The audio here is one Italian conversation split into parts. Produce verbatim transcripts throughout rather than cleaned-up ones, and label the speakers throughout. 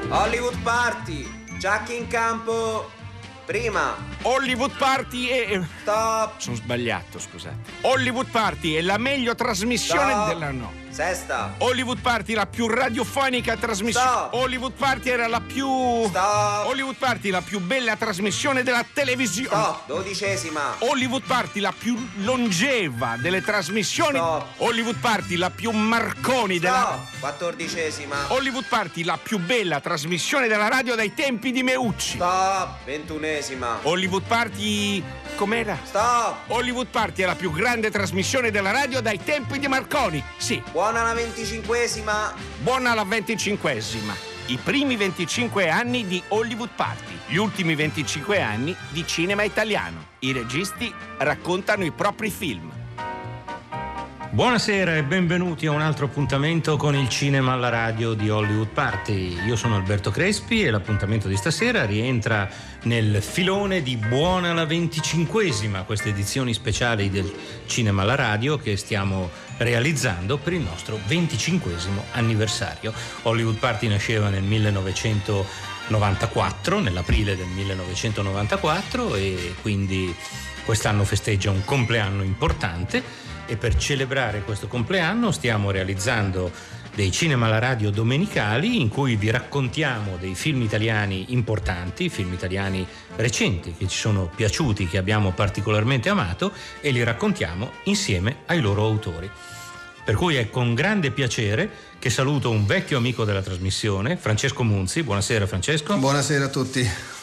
Speaker 1: Hollywood Party, Jack in campo. Prima.
Speaker 2: Hollywood Party è...
Speaker 1: Stop.
Speaker 2: Sono sbagliato, scusate. Hollywood Party è la meglio trasmissione
Speaker 1: Stop.
Speaker 2: della no.
Speaker 1: Sesta.
Speaker 2: Hollywood Party la più radiofonica trasmissione.
Speaker 1: Stop.
Speaker 2: Hollywood Party era la più...
Speaker 1: Stop.
Speaker 2: Hollywood Party la più bella trasmissione della televisione.
Speaker 1: Stop. Dodicesima.
Speaker 2: Hollywood Party la più longeva delle trasmissioni.
Speaker 1: Stop.
Speaker 2: Hollywood Party la più Marconi della...
Speaker 1: Stop. Quattordicesima.
Speaker 2: Hollywood Party la più bella trasmissione della radio dai tempi di Meucci.
Speaker 1: Stop. Ventunesima.
Speaker 2: Hollywood Party... com'era?
Speaker 1: Stop.
Speaker 2: Hollywood Party è la più grande trasmissione della radio dai tempi di Marconi. Sì.
Speaker 1: Buona la venticinquesima.
Speaker 2: Buona la venticinquesima. I primi venticinque anni di Hollywood Party. Gli ultimi venticinque anni di cinema italiano. I registi raccontano i propri film.
Speaker 3: Buonasera e benvenuti a un altro appuntamento con il cinema alla radio di Hollywood Party. Io sono Alberto Crespi e l'appuntamento di stasera rientra nel filone di Buona la venticinquesima, queste edizioni speciali del cinema alla radio che stiamo realizzando per il nostro venticinquesimo anniversario. Hollywood Party nasceva nel millenovecentonovantaquattro, nell'aprile del millenovecentonovantaquattro, e quindi quest'anno festeggia un compleanno importante. E per celebrare questo compleanno stiamo realizzando dei cinema alla radio domenicali in cui vi raccontiamo dei film italiani importanti, film italiani recenti che ci sono piaciuti, che abbiamo particolarmente amato, e li raccontiamo insieme ai loro autori. Per cui è con grande piacere che saluto un vecchio amico della trasmissione, Francesco Munzi. Buonasera Francesco.
Speaker 4: Buonasera a tutti.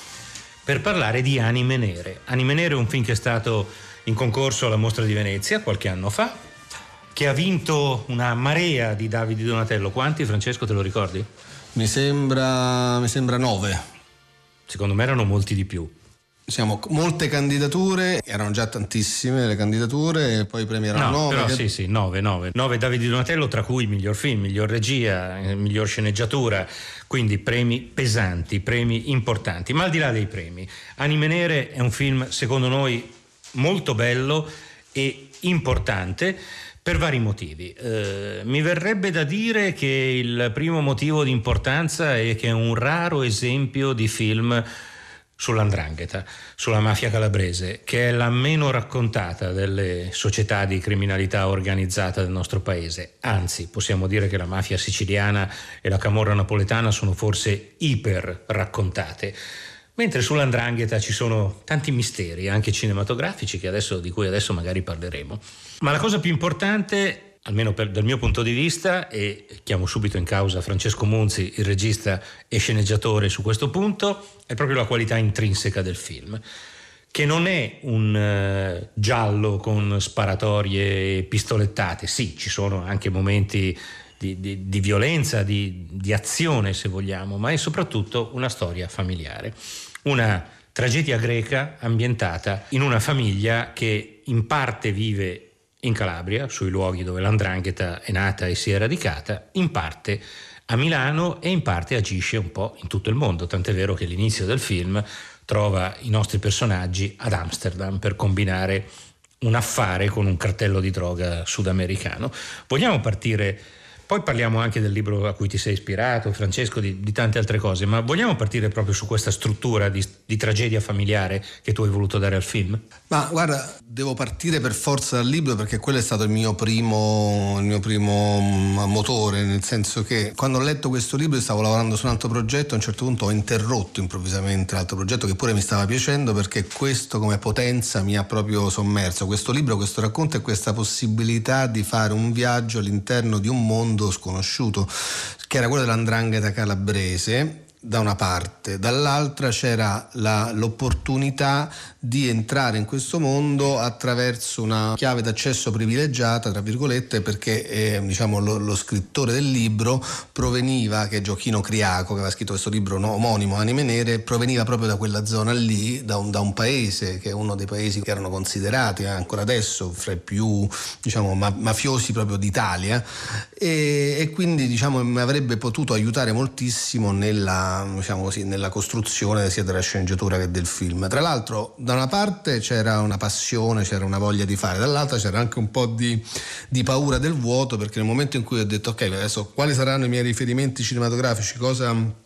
Speaker 3: Per parlare di Anime Nere. Anime Nere è un film che è stato in concorso alla Mostra di Venezia qualche anno fa, che ha vinto una marea di Davide Donatello. Quanti, Francesco, te lo ricordi?
Speaker 4: Mi sembra mi sembra nove.
Speaker 3: Secondo me erano molti di più.
Speaker 4: Diciamo, molte candidature, erano già tantissime le candidature, e poi i premi erano
Speaker 3: no,
Speaker 4: nove.
Speaker 3: Però
Speaker 4: che...
Speaker 3: sì, sì, nove, nove. Nove Davide Donatello, tra cui miglior film, miglior regia, miglior sceneggiatura, quindi premi pesanti, premi importanti. Ma al di là dei premi, Anime Nere è un film, secondo noi, molto bello e importante per vari motivi. Eh, mi verrebbe da dire che il primo motivo di importanza è che è un raro esempio di film sull'andrangheta, sulla mafia calabrese, che è la meno raccontata delle società di criminalità organizzata del nostro paese. Anzi, possiamo dire che la mafia siciliana e la camorra napoletana sono forse iper raccontate. Mentre sull'andrangheta ci sono tanti misteri, anche cinematografici, che adesso, di cui adesso magari parleremo. Ma la cosa più importante, almeno per, dal mio punto di vista, e chiamo subito in causa Francesco Munzi, il regista e sceneggiatore su questo punto, è proprio la qualità intrinseca del film, che non è un uh, giallo con sparatorie e pistolettate. Sì, ci sono anche momenti Di, di, di violenza, di, di azione se vogliamo, ma è soprattutto una storia familiare, una tragedia greca ambientata in una famiglia che in parte vive in Calabria, sui luoghi dove l'andrangheta è nata e si è radicata, in parte a Milano e in parte agisce un po' in tutto il mondo, tant'è vero che l'inizio del film trova i nostri personaggi ad Amsterdam per combinare un affare con un cartello di droga sudamericano. Vogliamo partire... Poi parliamo anche del libro a cui ti sei ispirato, Francesco, di, di tante altre cose, ma vogliamo partire proprio su questa struttura di, di tragedia familiare che tu hai voluto dare al film?
Speaker 4: Ma guarda, devo partire per forza dal libro, perché quello è stato il mio primo, il mio primo motore, nel senso che quando ho letto questo libro stavo lavorando su un altro progetto, a un certo punto ho interrotto improvvisamente l'altro progetto che pure mi stava piacendo, perché questo come potenza mi ha proprio sommerso. Questo libro, questo racconto, è questa possibilità di fare un viaggio all'interno di un mondo sconosciuto, che era quello dell'andrangheta calabrese da una parte, dall'altra c'era la, l'opportunità di entrare in questo mondo attraverso una chiave d'accesso privilegiata, tra virgolette, perché eh, diciamo lo, lo scrittore del libro proveniva, che è Giochino Criaco, che aveva scritto questo libro no, omonimo Anime Nere, proveniva proprio da quella zona lì, da un, da un paese che è uno dei paesi che erano considerati ancora adesso fra i più, diciamo, ma, mafiosi proprio d'Italia, e, e quindi diciamo mi avrebbe potuto aiutare moltissimo nella diciamo così, nella costruzione sia della sceneggiatura che del film. Tra l'altro, da una parte c'era una passione, c'era una voglia di fare, dall'altra c'era anche un po' di, di paura del vuoto, perché nel momento in cui ho detto ok, adesso quali saranno i miei riferimenti cinematografici, cosa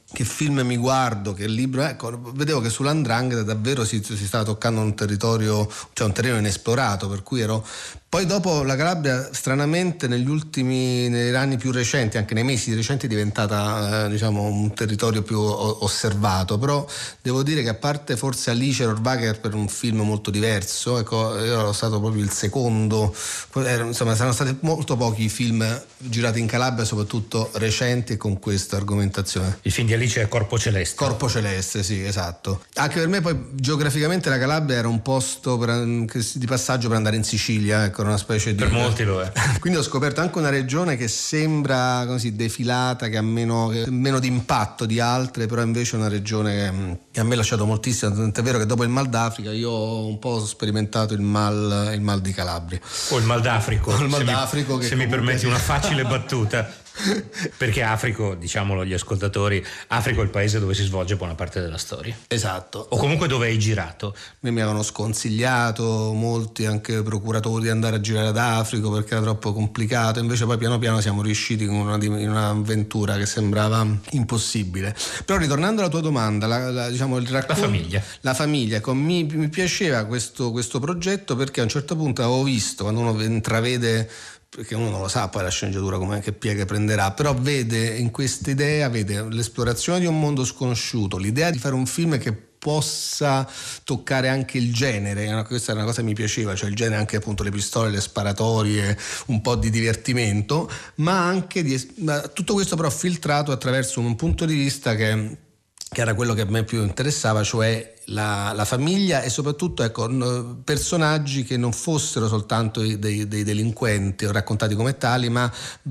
Speaker 4: che film mi guardo, che libro, ecco, vedevo che sull'Andrangheta davvero si, si stava toccando un territorio, cioè un terreno inesplorato, per cui ero. Poi dopo la Calabria, stranamente, negli ultimi, negli anni più recenti, anche nei mesi recenti, è diventata eh, diciamo un territorio più o- osservato, però devo dire che a parte forse Alice Rohrwacher per un film molto diverso, ecco, io ero stato proprio il secondo, insomma saranno stati molto pochi i film girati in Calabria, soprattutto recenti e con questa argomentazione.
Speaker 3: Il film di Alice è Corpo Celeste.
Speaker 4: Corpo Celeste, sì, esatto. Anche per me poi geograficamente la Calabria era un posto per, di passaggio per andare in Sicilia, ecco, una specie di...
Speaker 3: Per molti lo è.
Speaker 4: Quindi ho scoperto anche una regione che sembra così defilata, che ha meno, che meno di impatto di altre, però invece è una regione che, che a me ha lasciato moltissimo, tant'è vero che dopo il mal d'Africa io ho un po' sperimentato il mal, il mal di Calabria.
Speaker 3: O il mal d'Africo.
Speaker 4: O il mal
Speaker 3: se
Speaker 4: d'Africo
Speaker 3: mi,
Speaker 4: che
Speaker 3: se mi permetti
Speaker 4: sì.
Speaker 3: una facile battuta. Perché Africo, diciamolo agli ascoltatori, Africo è il paese dove si svolge buona parte della storia.
Speaker 4: Esatto.
Speaker 3: O comunque dove hai girato.
Speaker 4: Mi avevano sconsigliato molti anche procuratori di andare a girare ad Africa perché era troppo complicato, invece poi piano piano siamo riusciti in, una, in un'avventura che sembrava impossibile. Però ritornando alla tua domanda, la, la, diciamo, il racconto,
Speaker 3: la famiglia,
Speaker 4: la famiglia ecco, mi, mi piaceva questo, questo progetto perché a un certo punto avevo visto, quando uno intravede, perché uno non lo sa poi la sceneggiatura come che pieghe prenderà, però vede in questa idea, vede l'esplorazione di un mondo sconosciuto, l'idea di fare un film che possa toccare anche il genere, questa è una cosa che mi piaceva, cioè il genere anche appunto le pistole, le sparatorie, un po' di divertimento, ma anche di, tutto questo però filtrato attraverso un punto di vista che che era quello che a me più interessava, cioè la, la famiglia e soprattutto ecco, personaggi che non fossero soltanto dei, dei delinquenti o raccontati come tali, ma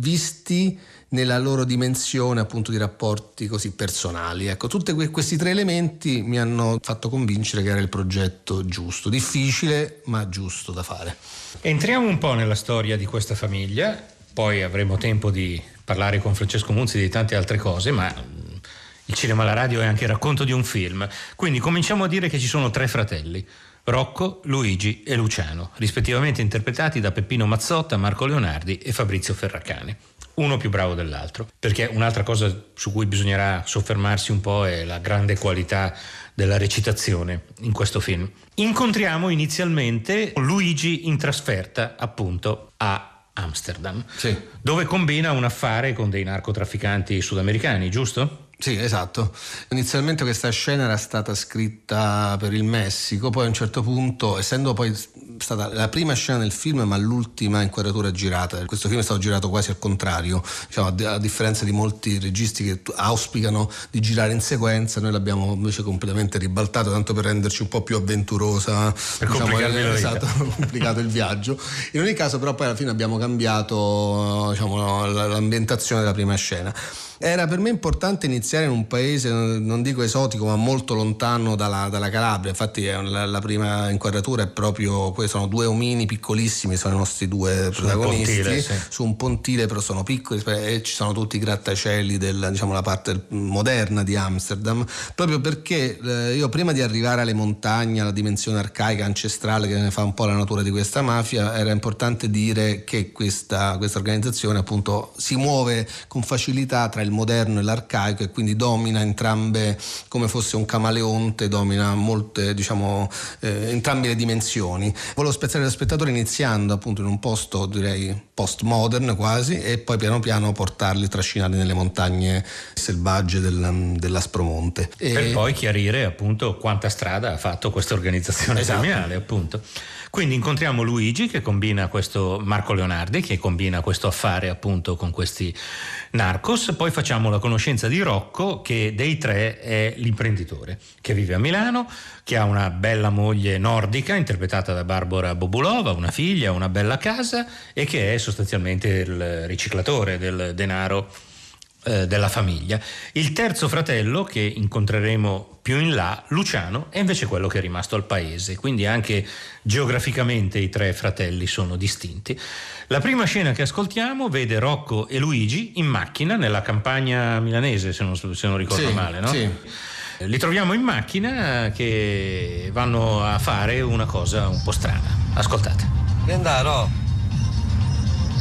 Speaker 4: visti nella loro dimensione appunto di rapporti così personali. Ecco, tutti que- questi tre elementi mi hanno fatto convincere che era il progetto giusto, difficile ma giusto da fare.
Speaker 3: Entriamo un po' nella storia di questa famiglia, poi avremo tempo di parlare con Francesco Munzi di tante altre cose, ma il cinema alla radio è anche il racconto di un film, quindi cominciamo a dire che ci sono tre fratelli, Rocco, Luigi e Luciano, rispettivamente interpretati da Peppino Mazzotta, Marco Leonardi e Fabrizio Ferracane, uno più bravo dell'altro, perché un'altra cosa su cui bisognerà soffermarsi un po' è la grande qualità della recitazione in questo film. Incontriamo inizialmente Luigi in trasferta appunto a Amsterdam,
Speaker 4: sì,
Speaker 3: dove combina un affare con dei narcotrafficanti sudamericani, giusto?
Speaker 4: Sì, esatto. Inizialmente questa scena era stata scritta per il Messico, poi a un certo punto, essendo poi stata la prima scena del film ma l'ultima inquadratura girata, questo film è stato girato quasi al contrario, diciamo, a differenza di molti registi che auspicano di girare in sequenza, noi l'abbiamo invece completamente ribaltato, tanto per renderci un po' più avventurosa,
Speaker 3: per
Speaker 4: diciamo,
Speaker 3: complicarvi la vita.
Speaker 4: Esatto, complicato il viaggio. In ogni caso però poi alla fine abbiamo cambiato, diciamo, l'ambientazione della prima scena. Era per me importante iniziare in un paese, non dico esotico, ma molto lontano dalla, dalla Calabria. Infatti la, la prima inquadratura è proprio, sono due omini piccolissimi, sono i nostri due
Speaker 3: su
Speaker 4: protagonisti,
Speaker 3: un pontile, sì.
Speaker 4: su un pontile, però sono piccoli e ci sono tutti i grattacieli della, diciamo, la parte moderna di Amsterdam, proprio perché eh, io prima di arrivare alle montagne, alla dimensione arcaica, ancestrale che ne fa un po' la natura di questa mafia, era importante dire che questa, questa organizzazione appunto si muove con facilità tra il moderno e l'arcaico e quindi domina entrambe, come fosse un camaleonte, domina molte, diciamo, eh, entrambe le dimensioni. Volevo spezzare lo spettatore iniziando appunto in un posto, direi postmodern quasi, e poi piano piano portarli, trascinarli nelle montagne selvagge del, dell'Aspromonte. E...
Speaker 3: per poi chiarire appunto quanta strada ha fatto questa organizzazione
Speaker 4: esatto.
Speaker 3: criminale, appunto. Quindi incontriamo Luigi che combina questo, Marco Leonardi che combina questo affare appunto con questi narcos, poi facciamo la conoscenza di Rocco che dei tre è l'imprenditore, che vive a Milano, che ha una bella moglie nordica interpretata da Barbara Bobulova, una figlia, una bella casa e che è sostanzialmente il riciclatore del denaro eh, della famiglia. Il terzo fratello che incontreremo più in là, Luciano, è invece quello che è rimasto al paese, quindi anche geograficamente i tre fratelli sono distinti. La prima scena che ascoltiamo vede Rocco e Luigi in macchina nella campagna milanese, se non, se non ricordo
Speaker 4: sì,
Speaker 3: male, no?
Speaker 4: Sì.
Speaker 3: Li troviamo in macchina che vanno a fare una cosa un po' strana. Ascoltate.
Speaker 5: Andaro.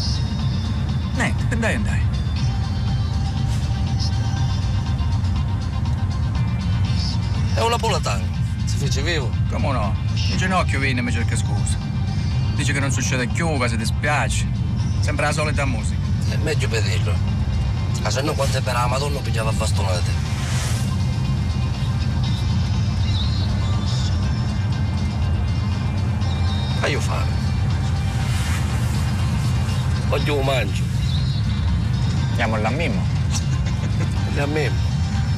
Speaker 6: Niente, dai, dai.
Speaker 5: È un napoletano. Si fece vivo?
Speaker 6: Come no? Il ginocchio viene e mi cerca scusa. Dice che non succede più, che si dispiace. Sembra la solita musica.
Speaker 5: È meglio per dirlo. Ma se no quando per la Madonna pigliava bastonate. Ma io fare. Voglio un mangio.
Speaker 6: Andiamo là Mimmo.
Speaker 5: Là Mimmo.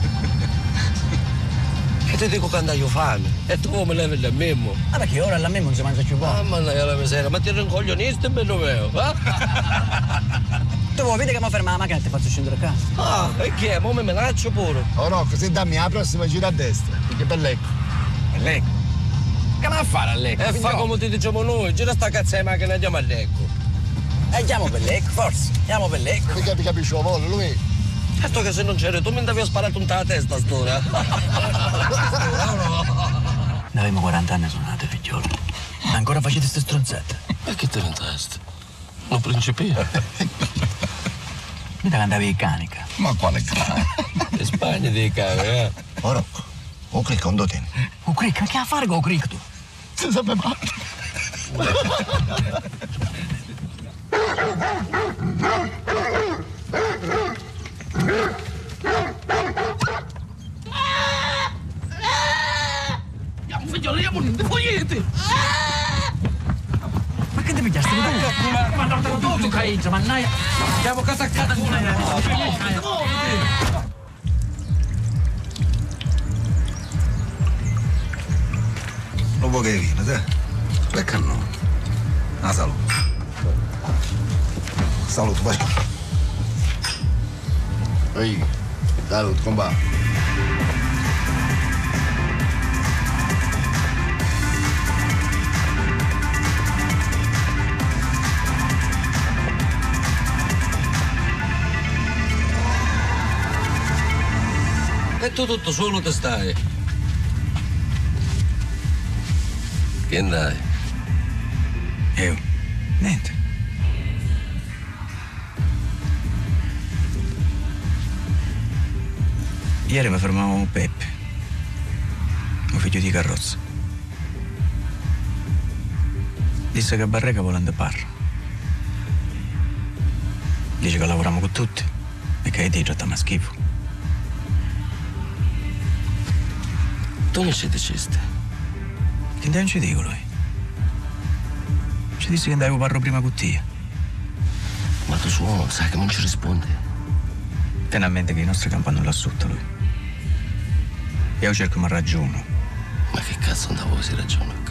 Speaker 5: E ti dico che andai io fame. E tu come levi là Mimmo?
Speaker 6: Ma perché ora là Mimmo non si mangia più buono?
Speaker 5: Ah, mannaggia la miseria, ma ti rincoglioniste, bello mio, eh?
Speaker 6: Tu vuoi vedere che mi ferma la macchina e ti faccio scendere a casa?
Speaker 5: Ah, e che è? Mo mi menaccio pure.
Speaker 7: Oh Rocco, se dammi la prossima gira a destra, perché per lei.
Speaker 6: E lei? Che va a fare a Lecco?
Speaker 5: E fa come ti diciamo noi, gira sta cazzo di macchina e andiamo a Lecco.
Speaker 6: E andiamo per Lecco, forza, andiamo per Lecco.
Speaker 7: Perché ti capisci la vola, lui?
Speaker 5: Certo che se non c'eri tu mi andavi a sparare tutta la testa, storia.
Speaker 6: Ne avevamo quaranta anni suonate, figliolo. Ancora facete queste stronzette?
Speaker 5: E che te inventaste? Un principio.
Speaker 6: Mi te andavi in canica.
Speaker 7: Ma quale cane?
Speaker 5: In Spagna di cave, eh?
Speaker 7: Oh Rocco, o cric quando tieni?
Speaker 6: Un cric, che a fare con un cric tu?
Speaker 7: Si sa male.
Speaker 5: Andiamo, figliolo, andiamo, non ti fogliete!
Speaker 6: Ma che ti pigliasti tu? Ma non te lo tutto, caiccia, mannaia!
Speaker 5: Andiamo casaccata con lei!
Speaker 7: Non vuoi che viene, te? Perché no? Ah, salute. Salute, vai. Ehi, salute, compa.
Speaker 5: E tu tutto solo te stai? Che andai?
Speaker 6: Io? Niente. Ieri mi fermavo Peppe, mio figlio di carrozza. Disse che a Barreca vuole andare a Parra. Dice che lavoriamo con tutti e che ti trattiamo a schifo.
Speaker 5: Tu non ci dicesti?
Speaker 6: Che non ci dico lui? Ci disse che andavo a Parro prima con te.
Speaker 5: Ma tu suono, sai che non ci risponde.
Speaker 6: Tieni a mente che i nostri campano là sotto lui. Io cerco una ragione.
Speaker 5: Ma che cazzo andavo si ragiona qua?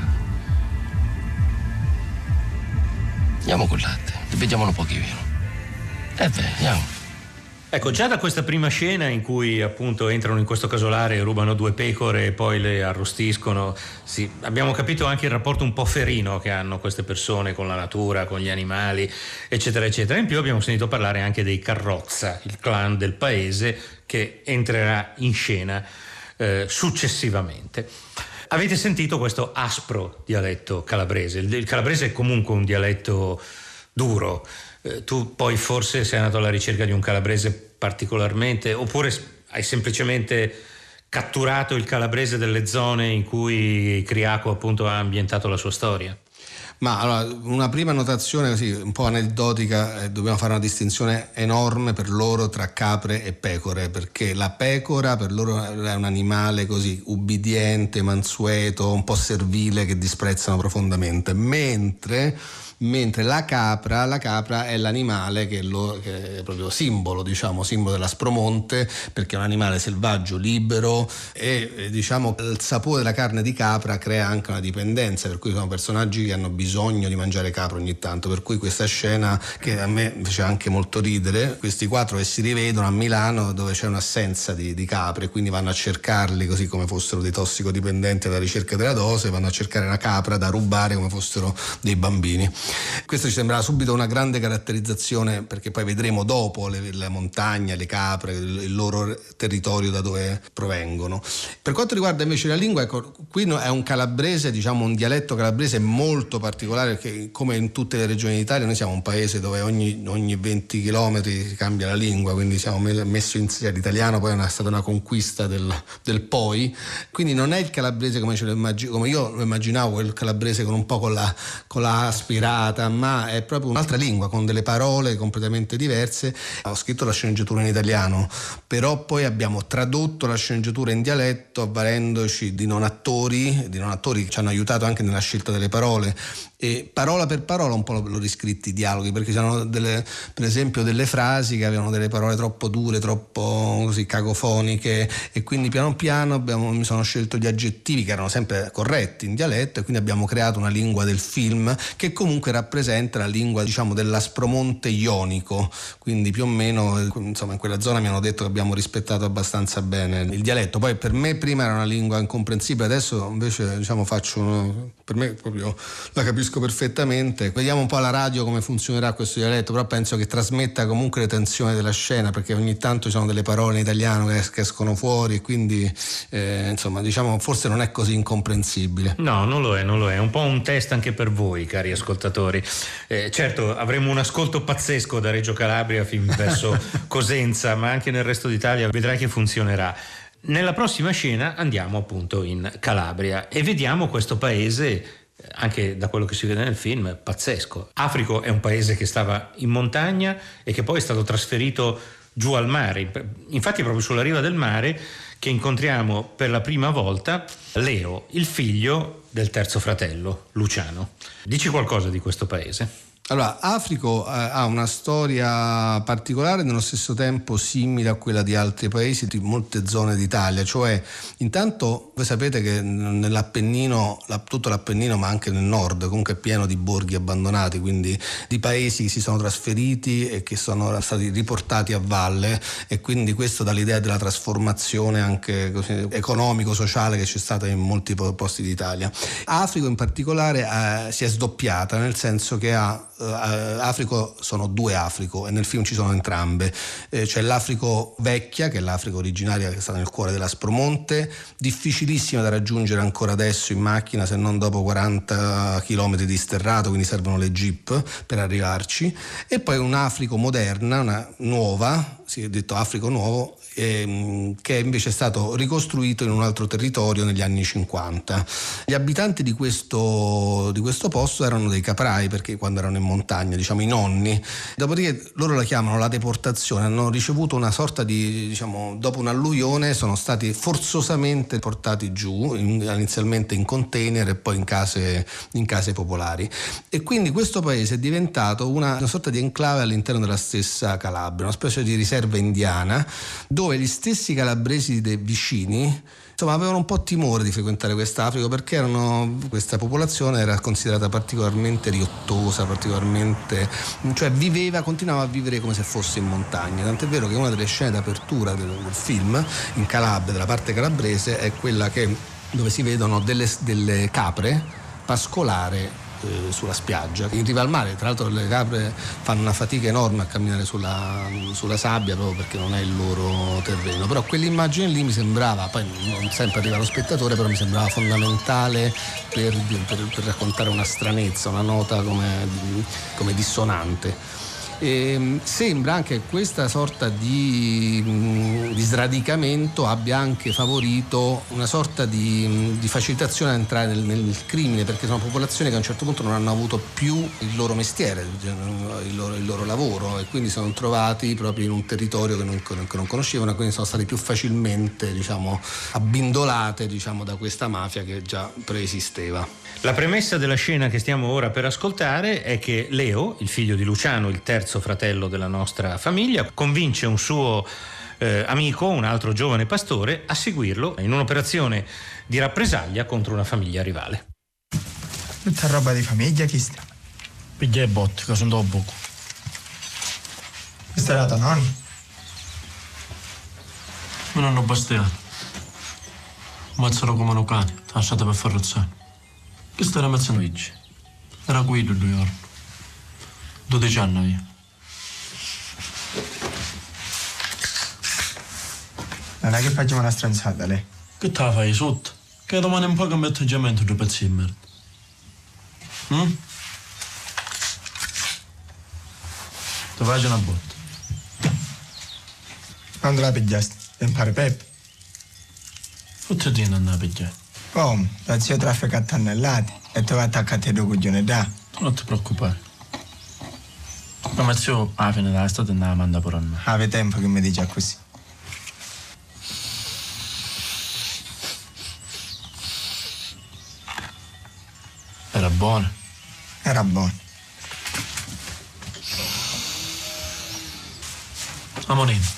Speaker 5: Andiamo con latte, ti vediamo un pochino. E beh, andiamo.
Speaker 3: Ecco, già da questa prima scena in cui appunto entrano in questo casolare, rubano due pecore e poi le arrostiscono, sì, abbiamo capito anche il rapporto un po' ferino che hanno queste persone con la natura, con gli animali, eccetera, eccetera. In più abbiamo sentito parlare anche dei Carrozza, il clan del paese che entrerà in scena eh, successivamente. Avete sentito questo aspro dialetto calabrese? Il, il calabrese è comunque un dialetto duro. Tu poi forse sei andato alla ricerca di un calabrese particolarmente, oppure hai semplicemente catturato il calabrese delle zone in cui Criaco appunto ha ambientato la sua storia?
Speaker 4: Ma allora, una prima notazione così un po' aneddotica, eh, dobbiamo fare una distinzione enorme per loro tra capre e pecore, perché la pecora per loro è un animale così ubbidiente, mansueto, un po' servile, che disprezzano profondamente, mentre mentre la capra, la capra è l'animale che, lo, che è proprio simbolo, diciamo, simbolo dell'Aspromonte, perché è un animale selvaggio, libero e diciamo il sapore della carne di capra crea anche una dipendenza, per cui sono personaggi che hanno bisogno di mangiare capra ogni tanto, per cui questa scena che a me fece anche molto ridere, questi quattro che si rivedono a Milano dove c'è un'assenza di, di capre, quindi vanno a cercarli così come fossero dei tossicodipendenti alla ricerca della dose, vanno a cercare una capra da rubare come fossero dei bambini. Questo ci sembrava subito una grande caratterizzazione, perché poi vedremo dopo le, la montagna, le capre, il, il loro territorio da dove provengono. Per quanto riguarda invece la lingua, ecco, qui è un calabrese, diciamo un dialetto calabrese molto particolare, perché come in tutte le regioni d'Italia noi siamo un paese dove ogni, ogni venti chilometri cambia la lingua, quindi siamo messo in sé l'italiano, poi è stata una conquista del, del poi, quindi non è il calabrese come, ce lo immag- come io lo immaginavo, il calabrese con un po' con la, con la aspirata, ma è proprio un'altra lingua con delle parole completamente diverse. Ho scritto la sceneggiatura in italiano, però poi abbiamo tradotto la sceneggiatura in dialetto avvalendoci di non attori, di non attori che ci hanno aiutato anche nella scelta delle parole, e parola per parola un po' l'ho riscritti i dialoghi, perché c'erano delle, per esempio delle frasi che avevano delle parole troppo dure, troppo così cacofoniche, e quindi piano piano abbiamo, mi sono scelto gli aggettivi che erano sempre corretti in dialetto, e quindi abbiamo creato una lingua del film che comunque rappresenta la lingua, diciamo, dell'Aspromonte ionico, quindi più o meno, insomma, in quella zona mi hanno detto che abbiamo rispettato abbastanza bene il dialetto. Poi per me prima era una lingua incomprensibile, adesso invece, diciamo, faccio uno, per me proprio la capisco perfettamente. Vediamo un po' alla radio come funzionerà questo dialetto, però penso che trasmetta comunque le tensioni della scena, perché ogni tanto ci sono delle parole in italiano che, che escono fuori, e quindi eh, insomma, diciamo, forse non è così incomprensibile.
Speaker 3: No, non lo è, non lo è. È un po' un test anche per voi, cari ascoltatori. Eh, certo, avremo un ascolto pazzesco da Reggio Calabria fin verso Cosenza, ma anche nel resto d'Italia vedrai che funzionerà. Nella prossima scena andiamo appunto in Calabria e vediamo questo paese, anche da quello che si vede nel film, pazzesco. Africo è un paese che stava in montagna e che poi è stato trasferito giù al mare. Infatti è proprio sulla riva del mare che incontriamo per la prima volta Leo, il figlio del terzo fratello, Luciano. Dici qualcosa di questo paese?
Speaker 4: Allora, Africo eh, ha una storia particolare, nello stesso tempo simile a quella di altri paesi di molte zone d'Italia, cioè intanto voi sapete che nell'Appennino, la, tutto l'Appennino ma anche nel nord comunque è pieno di borghi abbandonati, quindi di paesi che si sono trasferiti e che sono stati riportati a valle, e quindi questo dà l'idea della trasformazione anche così, economico-sociale che c'è stata in molti posti d'Italia. Africo in particolare eh, si è sdoppiata, nel senso che ha Uh, Africo, sono due Africo, e nel film ci sono entrambe. Eh, c'è l'Africo vecchia, che è l'Africa originaria che sta nel cuore dell'Aspromonte, difficilissima da raggiungere ancora adesso in macchina, se non dopo quaranta chilometri di sterrato, quindi servono le jeep per arrivarci, e poi un'Africa moderna, una nuova, si è detto Africo nuovo, ehm, che invece è stato ricostruito in un altro territorio negli anni cinquanta. Gli abitanti di questo, di questo posto erano dei caprai, perché quando erano in montagna, diciamo i nonni, dopodiché loro la chiamano la deportazione, hanno ricevuto una sorta di, diciamo, dopo un'alluvione sono stati forzosamente portati giù, in, inizialmente in container e poi in case, in case popolari, e quindi questo paese è diventato una, una sorta di enclave all'interno della stessa Calabria, una specie di riserva indiana, dove gli stessi calabresi dei vicini insomma avevano un po' timore di frequentare quest'Africa, perché erano, questa popolazione era considerata particolarmente riottosa, particolarmente, cioè viveva, continuava a vivere come se fosse in montagna, tant'è vero che una delle scene d'apertura del, del film in Calabria, della parte calabrese, è quella che, dove si vedono delle, delle capre pascolare eh, sulla spiaggia in riva al mare. Tra l'altro le capre fanno una fatica enorme a camminare sulla, sulla sabbia, proprio perché non è il loro terreno, però quell'immagine lì mi sembrava, poi non sempre arriva lo spettatore, però mi sembrava fondamentale per, per, per raccontare una stranezza, una nota come, come dissonante. E sembra anche che questa sorta di, di sradicamento abbia anche favorito una sorta di, di facilitazione a entrare nel, nel crimine, perché sono popolazioni che a un certo punto non hanno avuto più il loro mestiere, il loro, il loro lavoro, e quindi sono trovati proprio in un territorio che non, che non conoscevano, e quindi sono stati più facilmente, diciamo, abbindolate, diciamo, da questa mafia che già preesisteva.
Speaker 3: La premessa della scena che stiamo ora per ascoltare è che Leo, il figlio di Luciano, il terzo fratello della nostra famiglia, convince un suo eh, amico, un altro giovane pastore, a seguirlo in un'operazione di rappresaglia contro una famiglia rivale.
Speaker 8: Tutta roba di famiglia, chi sta?
Speaker 5: Piglia e botte, che sono dopo poco.
Speaker 8: Questa è la tua nonna?
Speaker 5: Ma non ho bastiato. Mazzano come un cane, lasciate per farrozzare. Che sta ramazzando oggi? Era qui due giorni.
Speaker 9: dodici anni io.
Speaker 8: Non è che facciamo una stronzata, lei?
Speaker 9: Che te la fai sotto? Che domani un po' cambia atteggiamento due pezzi di merda. Mm? Ti faccio una botta.
Speaker 8: Quando la pigliasti? Per fare Peppe?
Speaker 9: Forse ti non la pigliare.
Speaker 8: Come? La zio traffica a tonnellate e ti va attaccati due coglioni da.
Speaker 9: Tu non ti preoccupare. Ma zio, alla fine della estate andava a mandare pure a me.
Speaker 8: Ave tempo che mi dici così.
Speaker 9: Era buono.
Speaker 8: Era buono.
Speaker 9: Amonino.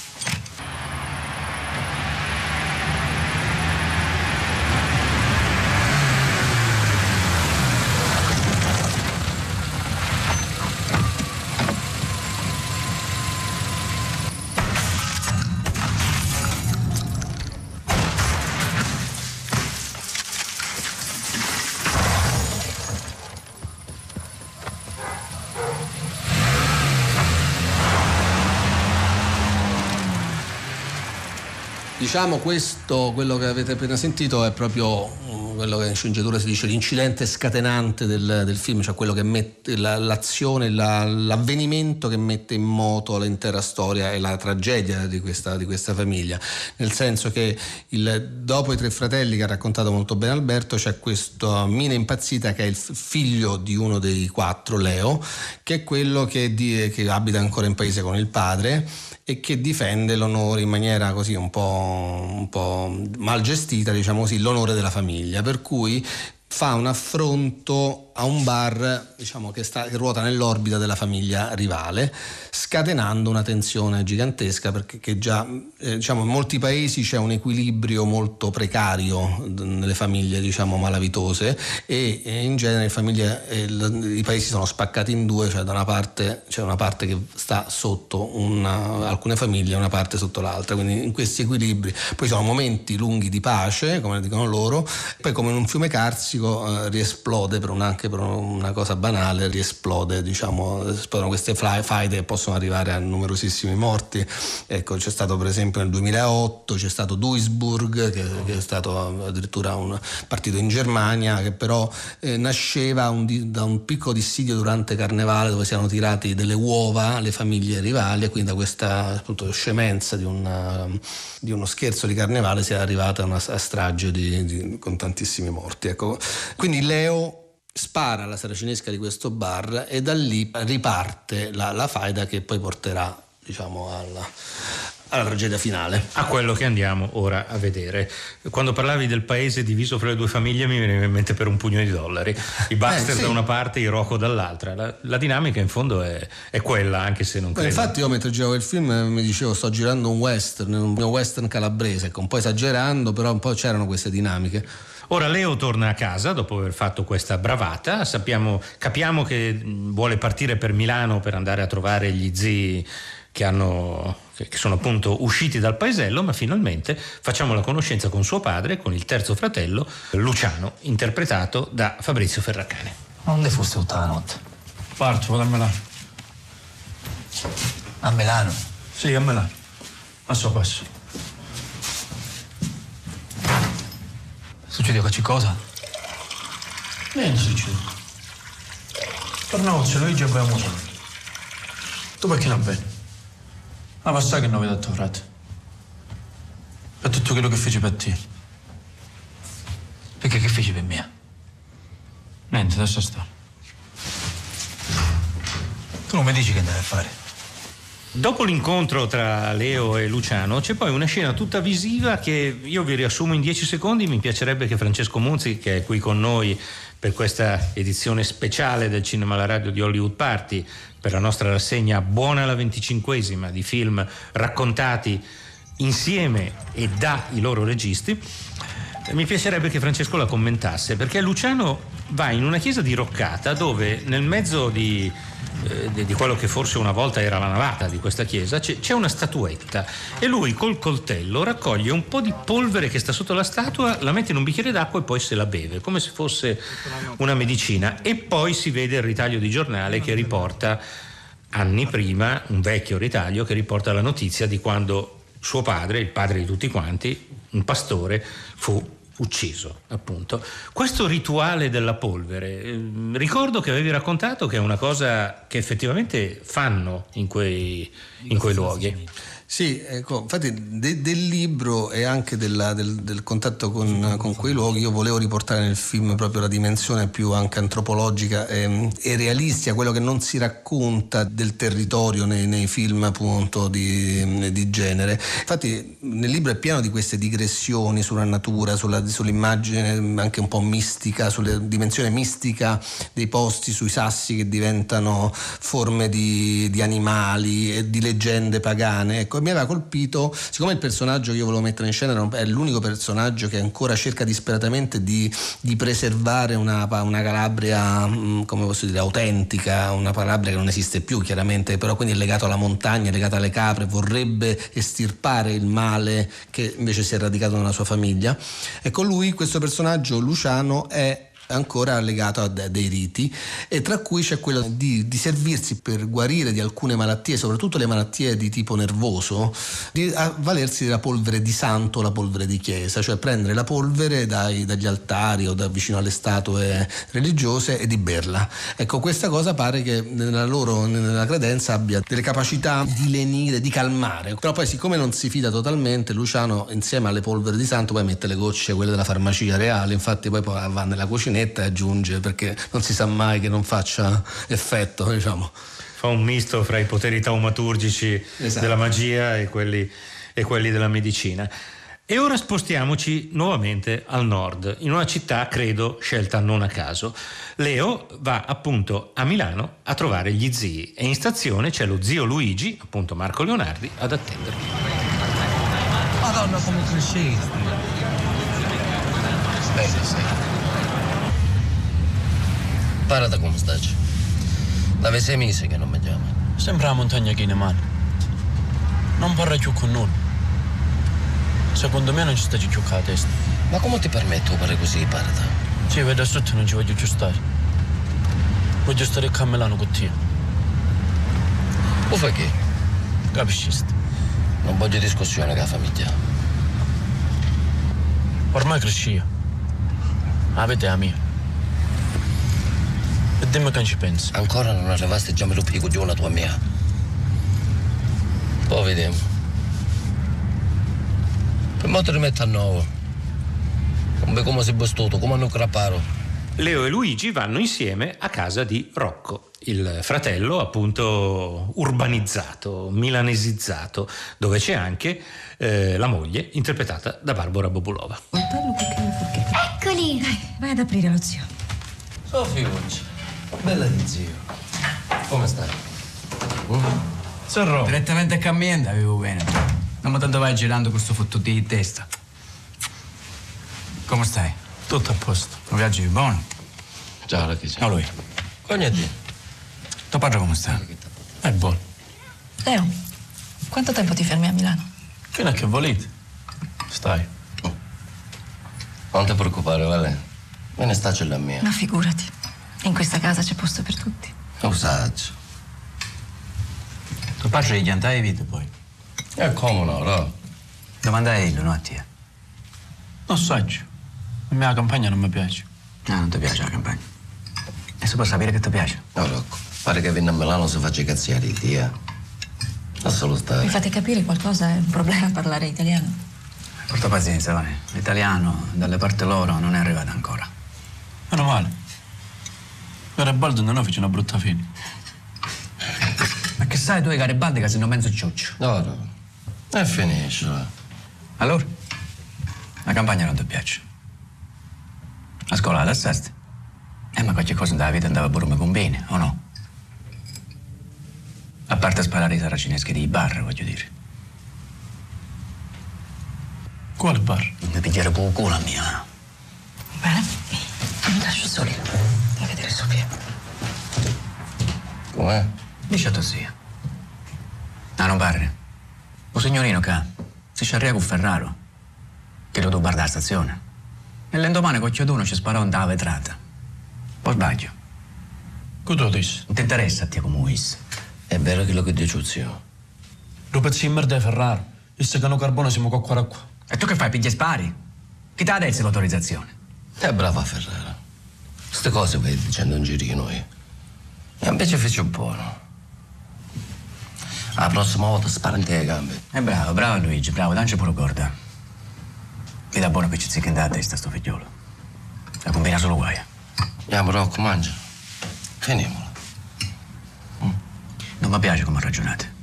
Speaker 4: Diciamo questo, quello che avete appena sentito, è proprio quello che in sceneggiatura si dice l'incidente scatenante del, del film, cioè quello che mette la, l'azione, la, l'avvenimento che mette in moto l'intera storia e la tragedia di questa, di questa famiglia. Nel senso che il, dopo i tre fratelli, che ha raccontato molto bene Alberto, c'è questa mina impazzita che è il figlio di uno dei quattro, Leo, che è quello che, di, che abita ancora in paese con il padre e che difende l'onore in maniera così un po', un po' mal gestita, diciamo così, l'onore della famiglia, per cui fa un affronto a un bar, diciamo, che, sta, che ruota nell'orbita della famiglia rivale, scatenando una tensione gigantesca, perché che già eh, diciamo, in molti paesi c'è un equilibrio molto precario nelle famiglie, diciamo, malavitose, e, e in genere le famiglie, eh, l, i paesi sono spaccati in due, cioè da una parte c'è una parte che sta sotto una, alcune famiglie e una parte sotto l'altra, quindi in questi equilibri poi sono momenti lunghi di pace, come dicono loro, poi come in un fiume carsico eh, riesplode per un, anche per una cosa banale, riesplode, diciamo, esplodono queste faide che possono arrivare a numerosissimi morti. Ecco, c'è stato per esempio nel duemilaotto, c'è stato Duisburg, che, che è stato addirittura un partito in Germania, che però eh, nasceva un, da un piccolo dissidio durante Carnevale, dove si erano tirati delle uova alle famiglie rivali, e quindi da questa appunto scemenza di, una, di uno scherzo di Carnevale si è arrivata a una a strage di, di, con tantissimi morti. Ecco. Quindi Leo spara alla saracinesca di questo bar e da lì riparte la, la faida che poi porterà, diciamo, alla, alla tragedia finale.
Speaker 3: A quello che andiamo ora a vedere. Quando parlavi del paese diviso fra le due famiglie mi veniva in mente Per un pugno di dollari. I Buster eh, sì. da una parte e i Rocco dall'altra. La, la dinamica in fondo è, è quella, anche se non credo.
Speaker 4: Infatti io mentre giravo il film mi dicevo sto girando un western, un western calabrese, un po' esagerando, però un po' c'erano queste dinamiche.
Speaker 3: Ora Leo torna a casa dopo aver fatto questa bravata, sappiamo, capiamo che vuole partire per Milano per andare a trovare gli zii che, hanno, che sono appunto usciti dal paesello, ma finalmente facciamo la conoscenza con suo padre, con il terzo fratello, Luciano, interpretato da Fabrizio Ferracani.
Speaker 5: Ma dove foste tutta la notte?
Speaker 9: Parto, vado a Milano.
Speaker 5: A Milano?
Speaker 9: Sì, a Milano. A suo passo.
Speaker 5: Succede qualche cosa?
Speaker 9: Niente succede. Torniamo, se noi già abbiamo solo. Tu perché non vieni? Ma basta che non vedi a tuo frate. Per tutto quello che feci per te.
Speaker 5: Perché che feci per me?
Speaker 9: Niente, lascia stare.
Speaker 5: Tu non mi dici che andavi a fare?
Speaker 3: Dopo l'incontro tra Leo e Luciano c'è poi una scena tutta visiva che io vi riassumo in dieci secondi. Mi piacerebbe che Francesco Munzi, che è qui con noi per questa edizione speciale del Cinema alla Radio di Hollywood Party, per la nostra rassegna Buona la venticinquesima di film raccontati insieme e da i loro registi, mi piacerebbe che Francesco la commentasse, perché Luciano va in una chiesa diroccata dove nel mezzo di, eh, di quello che forse una volta era la navata di questa chiesa c'è, c'è una statuetta e lui col coltello raccoglie un po' di polvere che sta sotto la statua, la mette in un bicchiere d'acqua e poi se la beve come se fosse una medicina, e poi si vede il ritaglio di giornale che riporta anni prima, un vecchio ritaglio che riporta la notizia di quando suo padre, il padre di tutti quanti, un pastore, fu ucciso, appunto. Questo rituale della polvere, eh, ricordo che avevi raccontato che è una cosa che effettivamente fanno in quei, in quei luoghi.
Speaker 4: Sì, ecco, infatti de, del libro e anche della, del, del contatto con, con quei luoghi io volevo riportare nel film proprio la dimensione più anche antropologica e, e realistica, quello che non si racconta del territorio nei, nei film appunto di, di genere. Infatti nel libro è pieno di queste digressioni sulla natura, sulla, sull'immagine anche un po' mistica, sulla dimensione mistica dei posti, sui sassi che diventano forme di, di animali e di leggende pagane. Ecco, mi aveva colpito, siccome il personaggio che io volevo mettere in scena è l'unico personaggio che ancora cerca disperatamente di, di preservare una, una Calabria, come posso dire, autentica, una Calabria che non esiste più chiaramente, però quindi è legato alla montagna, è legato alle capre, vorrebbe estirpare il male che invece si è radicato nella sua famiglia. Ecco, lui, questo personaggio Luciano, è ancora legato a dei riti, e tra cui c'è quello di, di servirsi per guarire di alcune malattie, soprattutto le malattie di tipo nervoso, di avvalersi della polvere di santo, la polvere di chiesa, cioè prendere la polvere dai, dagli altari o da vicino alle statue religiose e di berla. Ecco, questa cosa pare che nella loro nella credenza abbia delle capacità di lenire, di calmare, però poi siccome non si fida totalmente, Luciano insieme alle polveri di santo poi mette le gocce, quelle della farmacia reale, infatti poi, poi va nella cucinetta e aggiunge, perché non si sa mai che non faccia effetto, diciamo.
Speaker 3: Fa un misto fra i poteri taumaturgici, esatto, della magia e quelli, e quelli della medicina. E ora spostiamoci nuovamente al nord, in una città credo scelta non a caso. Leo va appunto a Milano a trovare gli zii e in stazione c'è lo zio Luigi, appunto Marco Leonardi, ad attenderlo.
Speaker 5: Madonna, come crescesti! Bene, sei. Parata come stai? Da sei mesi che non mi chiama.
Speaker 9: Sempre la montagna che ne mano. Non parla più con nulla. Secondo me non ci sta più con la testa.
Speaker 5: Ma come ti permetto di fare così, Parata?
Speaker 9: Sì, vedo sotto non ci voglio più stare. Voglio stare qua a Milano con te.
Speaker 5: O fai che?
Speaker 9: Capisci?
Speaker 5: Non voglio discussione con la famiglia.
Speaker 9: Ormai cresci io. Avete la mia. E dimmi che ci pensi.
Speaker 5: Ancora non arrivaste già mi rompi i coglioni la tua mia. Poi vediamo. Per mo ti rimetto a nuovo. Come come sei bastuto, come hanno craparo.
Speaker 3: Leo e Luigi vanno insieme a casa di Rocco, il fratello appunto urbanizzato, milanesizzato, dove c'è anche eh, la moglie interpretata da Barbara Bobulova.
Speaker 10: Eccoli! Dai, vai ad aprire lo zio.
Speaker 5: Sofiuccia, bella di zio. Come stai?
Speaker 6: Mm? Sorro. Direttamente a camminare avevo bene. Non mi tanto vai girando questo fottuto di testa. Come stai?
Speaker 9: Tutto a posto.
Speaker 6: Un viaggio buono?
Speaker 5: Ciao, che c'è?
Speaker 6: No, lui.
Speaker 5: Cognati.
Speaker 6: Tuo padre come sta?
Speaker 9: È buono.
Speaker 10: Leo, quanto tempo ti fermi a Milano?
Speaker 9: Fino a che volete. Stai.
Speaker 5: Oh. Non ti preoccupare, Vale. Me ne sta c'è la mia.
Speaker 10: Ma figurati. In questa casa c'è posto per tutti.
Speaker 5: Lo saggio.
Speaker 6: Tuo padre gli andai vita poi?
Speaker 5: E come no, no?
Speaker 6: Domandai a lui, no a te.
Speaker 9: Non saggio. A me la campagna non mi piace.
Speaker 6: No, non ti piace la campagna. E si può sapere che ti piace?
Speaker 5: No, Rocco. Pare che viene a Milano si faccia cazziare di te. Non solo stare.
Speaker 10: Mi fate capire qualcosa? È un problema parlare italiano?
Speaker 6: Porta pazienza, Vane. L'italiano dalle parti loro non è arrivato ancora.
Speaker 9: Meno male. Garibaldi non fece una brutta fine.
Speaker 6: Ma che sai tu di Garibaldi che sei un mezzo ciuccio?
Speaker 5: No, no. E finisce.
Speaker 6: Allora? La campagna non ti piace? La scuola la sesta? Eh, ma qualche cosa nella vita andava pure come conviene, o no? A parte sparare i saracineschi di bar, voglio dire.
Speaker 9: Quale bar?
Speaker 6: Non mi pigliare poco culo a mia.
Speaker 10: Bene, mi lascio soli.
Speaker 6: Sentiere, Sofia.
Speaker 5: Com'è?
Speaker 6: Dice a tua zia. Ah, non parli. Un signorino che si sciarria con Ferraro, che lo guarda alla stazione. E l'indomani con Chioduno ci sparò da vetrata. Poi sbaglio.
Speaker 9: Che tu lo dici?
Speaker 6: Non ti interessa a te come uissi.
Speaker 5: È vero quello che dice zio.
Speaker 9: Lo pezzi di merda di Ferraro. Il secano carbone siamo qua qua qua.
Speaker 6: E tu che fai? Pigli e spari? Chi ti ha detto l'autorizzazione?
Speaker 5: È brava Ferrara. Queste cose vai dicendo in girino io. E invece fece un po', no? La prossima volta sparante le gambe.
Speaker 6: È bravo, bravo Luigi, bravo, dancia pure corda. Mi dà buono che ci zicca in da testa sto figliolo. La combina solo guai.
Speaker 5: Andiamo, Rocco, mangia. Finiamola.
Speaker 6: Mm. Non mi piace come ragionate.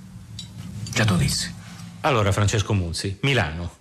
Speaker 6: Già tu dissi.
Speaker 3: Allora, Francesco Munzi, Milano.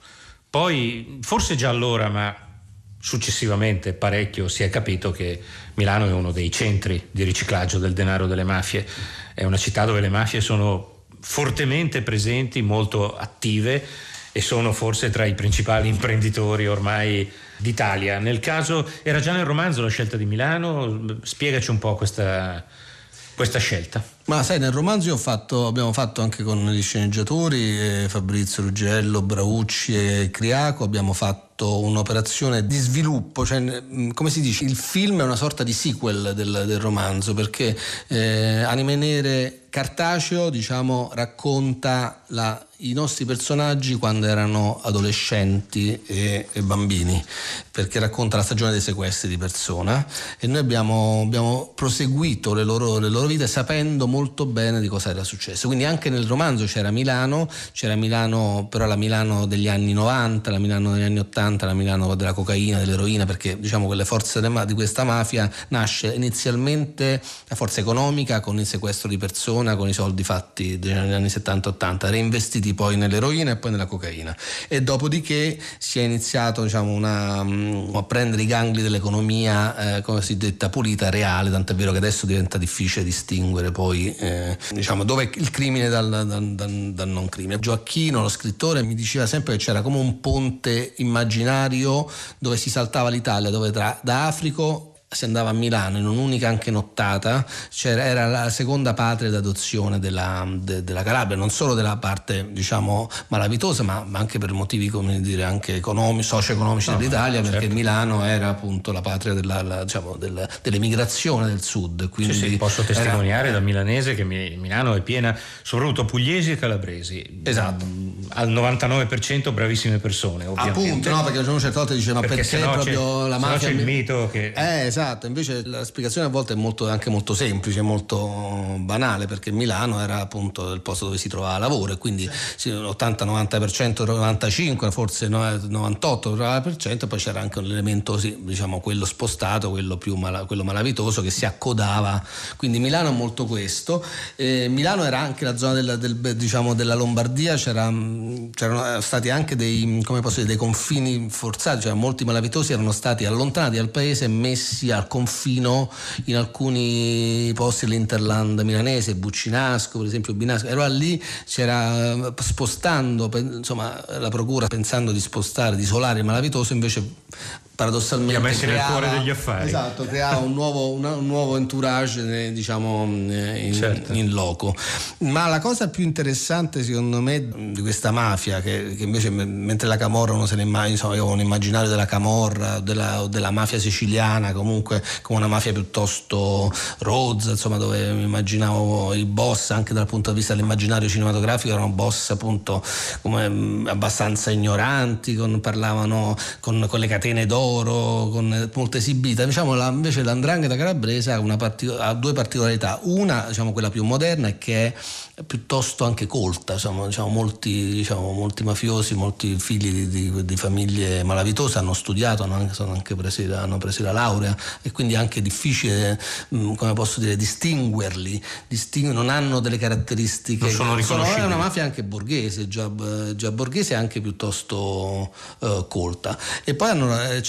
Speaker 3: Poi, forse già allora, ma successivamente parecchio, si è capito che Milano è uno dei centri di riciclaggio del denaro delle mafie. È una città dove le mafie sono fortemente presenti, molto attive e sono forse tra i principali imprenditori ormai d'Italia. Nel caso, era già nel romanzo la scelta di Milano? Spiegaci un po' questa, questa scelta.
Speaker 4: Ma sai, nel romanzo io ho fatto, abbiamo fatto anche con gli sceneggiatori, eh, Fabrizio Ruggello, Braucci e Criaco, abbiamo fatto un'operazione di sviluppo, cioè, come si dice, il film è una sorta di sequel del, del romanzo, perché eh, Anime Nere cartaceo, diciamo, racconta la, i nostri personaggi quando erano adolescenti e, e bambini, perché racconta la stagione dei sequestri di persona, e noi abbiamo, abbiamo proseguito le loro, le loro vite sapendo molto bene di cosa era successo. Quindi anche nel romanzo c'era Milano, c'era Milano, però la Milano degli anni novanta, la Milano degli anni ottanta, la Milano della cocaina, dell'eroina, perché diciamo quelle forze di questa mafia nasce inizialmente la forza economica con il sequestro di persona, con i soldi fatti negli anni settanta ottanta, reinvestiti poi nell'eroina e poi nella cocaina, e dopodiché si è iniziato, diciamo, una, a prendere i gangli dell'economia eh, cosiddetta pulita, reale, tant'è vero che adesso diventa difficile distinguere poi Eh, diciamo dove il crimine dal, dal, dal, dal non crimine. Gioacchino, lo scrittore, mi diceva sempre che c'era come un ponte immaginario dove si saltava l'Italia, dove tra, da Africo si andava a Milano in un'unica anche nottata, c'era, era la seconda patria d'adozione della, de, della Calabria, non solo della parte, diciamo, malavitosa, ma, ma anche per motivi, come dire, anche economici, socio-economici no, dell'Italia, certo. Perché Milano era appunto la patria della, la, diciamo, del, dell'emigrazione del sud. Quindi
Speaker 3: sì, sì, posso testimoniare
Speaker 4: era,
Speaker 3: da milanese che Milano è piena soprattutto pugliesi e calabresi.
Speaker 4: Esatto.
Speaker 3: Al novantanove per cento bravissime persone, ovviamente.
Speaker 4: Appunto, no, perché uno certe volte dice ma perché, perché proprio la mafia,
Speaker 3: c'è il mito che
Speaker 4: eh, esatto, invece la spiegazione a volte è molto, anche molto semplice, molto banale, perché Milano era appunto il posto dove si trovava lavoro, e quindi sì, ottanta novanta per cento, novantacinque forse novantotto per cento, poi c'era anche un elemento, sì, diciamo, quello spostato, quello più mala, quello malavitoso che si accodava, quindi Milano è molto questo. eh, Milano era anche la zona del, del, diciamo, della Lombardia, c'era, c'erano stati anche dei, come posso dire, dei confini forzati, cioè molti malavitosi erano stati allontanati dal paese e messi al confino in alcuni posti dell'Interland milanese, Buccinasco per esempio, Binasco, e allora lì c'era, spostando, insomma, la procura pensando di spostare, di isolare il malavitoso, invece paradossalmente
Speaker 3: li ha messi
Speaker 4: creava,
Speaker 3: nel cuore degli affari.
Speaker 4: Esatto, creava un nuovo, una, un nuovo entourage, diciamo, in,
Speaker 3: certo.
Speaker 4: in loco. Ma la cosa più interessante secondo me di questa mafia, che, che invece mentre la Camorra uno se ne immagina, insomma, io ho un immaginario della Camorra, della, della mafia siciliana, comunque come una mafia piuttosto rozza, insomma, dove mi immaginavo i boss anche dal punto di vista dell'immaginario cinematografico erano boss appunto come abbastanza ignoranti, con, parlavano con, con le catene d'oro, con molte esibilità. Diciamo, la, invece l'Andrangheta calabrese ha, una partic- ha due particolarità: una, diciamo, quella più moderna, è che è piuttosto anche colta, diciamo, diciamo, molti, diciamo, molti mafiosi, molti figli di, di, di famiglie malavitose hanno studiato, hanno anche, sono anche presi, hanno preso la laurea, e quindi è anche difficile, mh, come posso dire, distinguerli, distingu- non hanno delle caratteristiche,
Speaker 3: non sono riconoscibili.
Speaker 4: Sono, è una mafia anche borghese, già, già borghese, anche piuttosto uh, colta. E poi hanno, c'è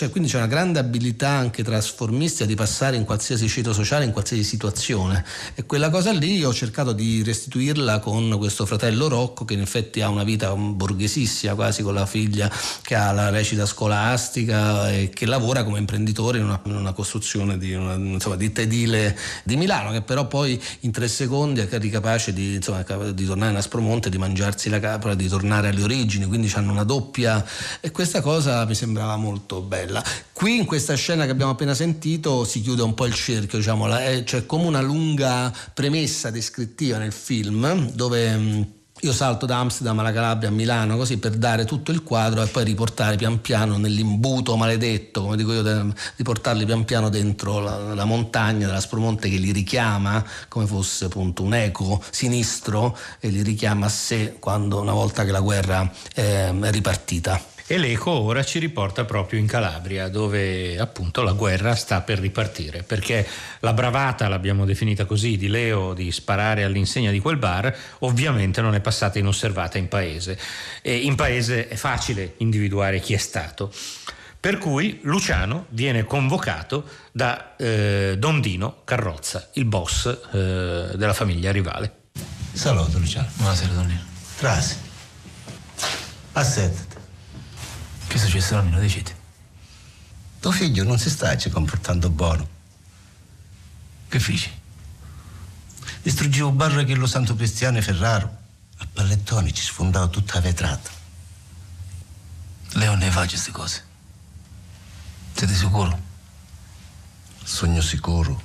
Speaker 4: cioè, quindi c'è una grande abilità anche trasformistica di passare in qualsiasi ceto sociale, in qualsiasi situazione, e quella cosa lì io ho cercato di restituirla con questo fratello Rocco, che in effetti ha una vita borghesissima, quasi, con la figlia che ha la recita scolastica e che lavora come imprenditore in una, in una costruzione di una, insomma, ditta edile di Milano, che però poi in tre secondi è capace di, insomma, di tornare a Aspromonte, di mangiarsi la capra, di tornare alle origini, quindi hanno una doppia, e questa cosa mi sembrava molto bella. Qui in questa scena che abbiamo appena sentito si chiude un po' il cerchio, diciamo, la, è, c'è come una lunga premessa descrittiva nel film dove io salto da Amsterdam alla Calabria a Milano, così, per dare tutto il quadro e poi riportare pian piano nell'imbuto maledetto, come dico io, de, di portarli pian piano dentro la, la montagna dell'Aspromonte, che li richiama come fosse appunto un eco sinistro, e li richiama a sé quando, una volta che la guerra è, è ripartita.
Speaker 3: E l'eco ora ci riporta proprio in Calabria, dove appunto la guerra sta per ripartire, perché la bravata, l'abbiamo definita così, di Leo di sparare all'insegna di quel bar ovviamente non è passata inosservata in paese, e in paese è facile individuare chi è stato. Per cui Luciano viene convocato da eh, Don Dino Carrozza, il boss eh, della famiglia rivale.
Speaker 7: Saluto, Luciano.
Speaker 6: Buonasera, Don Dino.
Speaker 7: Trasi. Assettati.
Speaker 6: Che è successo, nonnino? Decidi.
Speaker 7: Tuo figlio non si sta ci comportando buono.
Speaker 6: Che feci?
Speaker 7: Distruggevo un bar che lo Santo Cristiano Ferraro. A pallettoni ci sfondava tutta la vetrata.
Speaker 6: Leo ne fa queste cose. Siete sicuro?
Speaker 7: Sogno sicuro.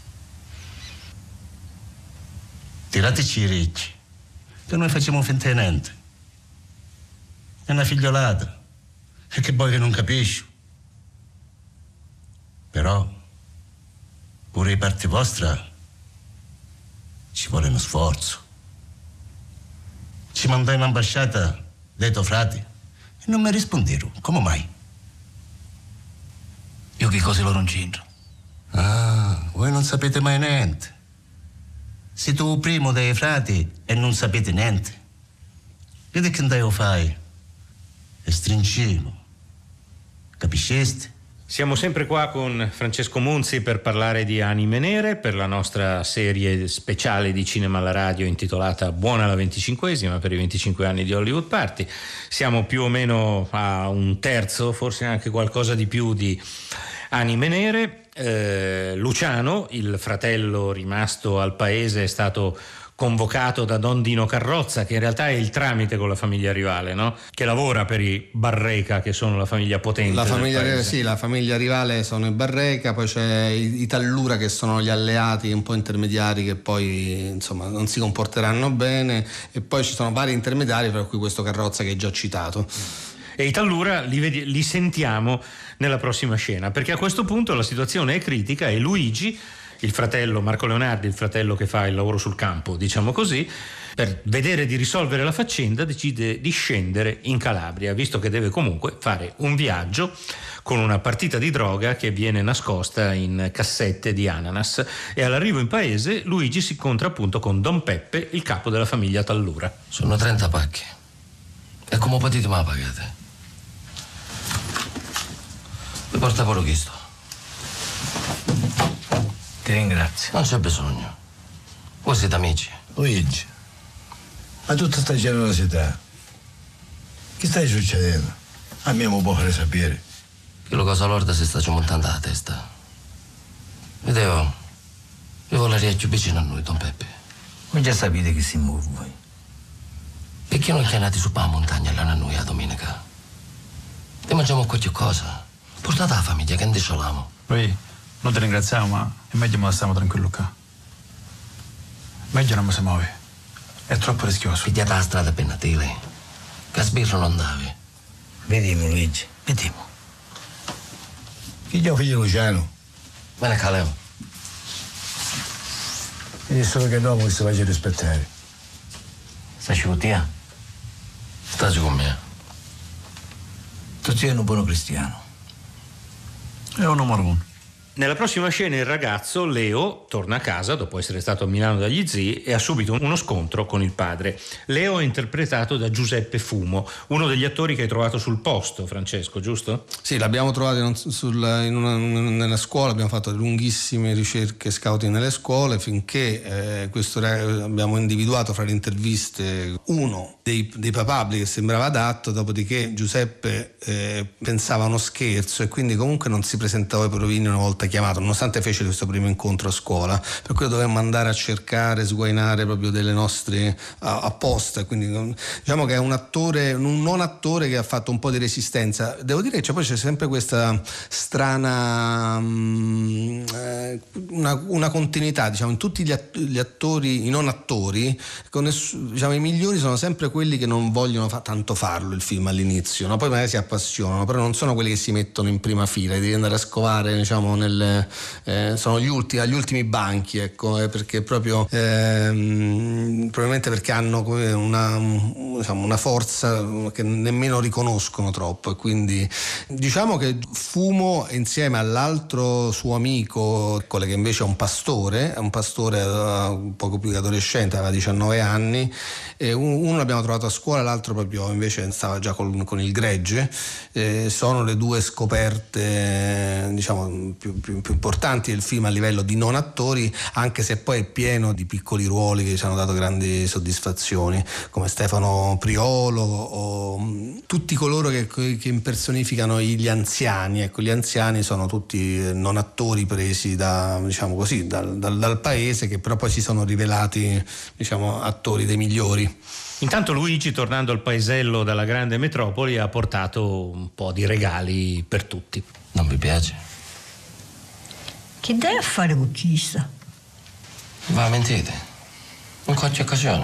Speaker 7: Tirateci i ricci, che noi facciamo finta di niente. È una figliolata. E che poi che non capisci. Però pure i parti vostra ci vuole uno sforzo. Ci mandai in ambasciata dei tuoi frati e non mi rispondero. Come mai?
Speaker 6: Io che cose loro non c'entro.
Speaker 7: Ah, voi non sapete mai niente. Siete il primo dei frati e non sapete niente. Vedi che andai fai? E stringimo. Capisceste?
Speaker 3: Siamo sempre qua con Francesco Munzi per parlare di Anime Nere, per la nostra serie speciale di cinema alla radio intitolata Buona la venticinquesima, per i venticinque anni di Hollywood Party. Siamo più o meno a un terzo, forse anche qualcosa di più, di Anime Nere. Eh, Luciano, il fratello rimasto al paese, è stato convocato da Don Dino Carrozza, che in realtà è il tramite con la famiglia rivale, no? Che lavora per i Barreca, che sono la famiglia potente.
Speaker 4: La famiglia,
Speaker 3: del
Speaker 4: sì, la famiglia rivale sono i Barreca, poi c'è i, i Tallura, che sono gli alleati un po' intermediari, che poi insomma non si comporteranno bene, e poi ci sono vari intermediari, per cui questo Carrozza che hai già citato.
Speaker 3: E i Tallura li, vedi, li sentiamo nella prossima scena, perché a questo punto la situazione è critica e Luigi, il fratello Marco Leonardi, il fratello che fa il lavoro sul campo, diciamo così, per vedere di risolvere la faccenda decide di scendere in Calabria, visto che deve comunque fare un viaggio con una partita di droga che viene nascosta in cassette di ananas, e all'arrivo in paese Luigi si incontra appunto con Don Peppe, il capo della famiglia Tallura.
Speaker 5: Sono trenta pacchi. E come potete me la pagate? Vi porta pure questo.
Speaker 6: Ti ringrazio.
Speaker 5: Non c'è bisogno. Voi siete amici.
Speaker 11: Luigi, ma tutta questa generosità, che sta succedendo? A me non può fare sapere.
Speaker 5: Che la cosa lorda si sta montando la testa. Vedevo, io volevo più vicino a noi, Don Peppe.
Speaker 6: Voi già sapete che si muove voi.
Speaker 5: Perché non chiamate su per la montagna là a noi a domenica? E mangiamo qualche cosa. Portate la famiglia che indiciolamo.
Speaker 9: Noi non ti ringraziamo, ma è meglio che stiamo tranquillo qua. Meglio non mi si muove. È troppo rischioso.
Speaker 5: Pigliate la strada per Natale. Che sbirro non andavi.
Speaker 11: Vediamo, Luigi.
Speaker 6: Vediamo.
Speaker 11: Chi è il figlio Luciano?
Speaker 5: Bene, Caleo.
Speaker 11: E solo che l'uomo si faccia rispettare.
Speaker 6: Stai con te?
Speaker 5: Stai con me.
Speaker 6: Tu sei un buono cristiano.
Speaker 9: È un numero uno.
Speaker 3: Nella prossima scena il ragazzo, Leo, torna a casa dopo essere stato a Milano dagli zii e ha subito uno scontro con il padre. Leo è interpretato da Giuseppe Fumo, uno degli attori che hai trovato sul posto, Francesco, giusto?
Speaker 4: Sì, l'abbiamo trovato in, sul, in una, nella scuola, abbiamo fatto lunghissime ricerche scouting nelle scuole finché eh, questo abbiamo individuato fra le interviste uno dei, dei papabili che sembrava adatto, dopodiché Giuseppe eh, pensava a uno scherzo e quindi comunque non si presentava ai provini una volta chiamato, nonostante fece questo primo incontro a scuola, per cui dovevamo andare a cercare, sguainare proprio delle nostre apposta, quindi diciamo che è un attore, un non attore che ha fatto un po' di resistenza. Devo dire che c'è, poi c'è sempre questa strana um, una, una continuità, diciamo, in tutti gli, att- gli attori, i non attori, con ness- diciamo, i migliori sono sempre quelli che non vogliono fa- tanto farlo il film all'inizio, no? Poi magari si appassionano, però non sono quelli che si mettono in prima fila, devi andare a scovare, diciamo, nel Eh, sono gli ultimi, agli ultimi banchi, ecco, eh, perché proprio ehm, probabilmente perché hanno una, diciamo, una forza che nemmeno riconoscono troppo, e quindi diciamo che Fumo insieme all'altro suo amico, quello che invece è un pastore, è un pastore uh, poco più che adolescente, aveva diciannove anni, e uno l'abbiamo trovato a scuola, l'altro proprio invece stava già con, con il gregge. Eh, sono le due scoperte, diciamo, più, più, più importanti del film a livello di non attori, anche se poi è pieno di piccoli ruoli che ci hanno dato grandi soddisfazioni, come Stefano Priolo o mh, tutti coloro che, che impersonificano gli anziani. Ecco, gli anziani sono tutti non attori presi da, diciamo così, dal, dal, dal paese, che però poi si sono rivelati, diciamo, attori dei migliori.
Speaker 3: Intanto Luigi, tornando al paesello dalla grande metropoli, ha portato un po' di regali per tutti.
Speaker 5: Non mi piace.
Speaker 10: Che dai a fare con chissà?
Speaker 5: Va, mentite. In qualche occasione.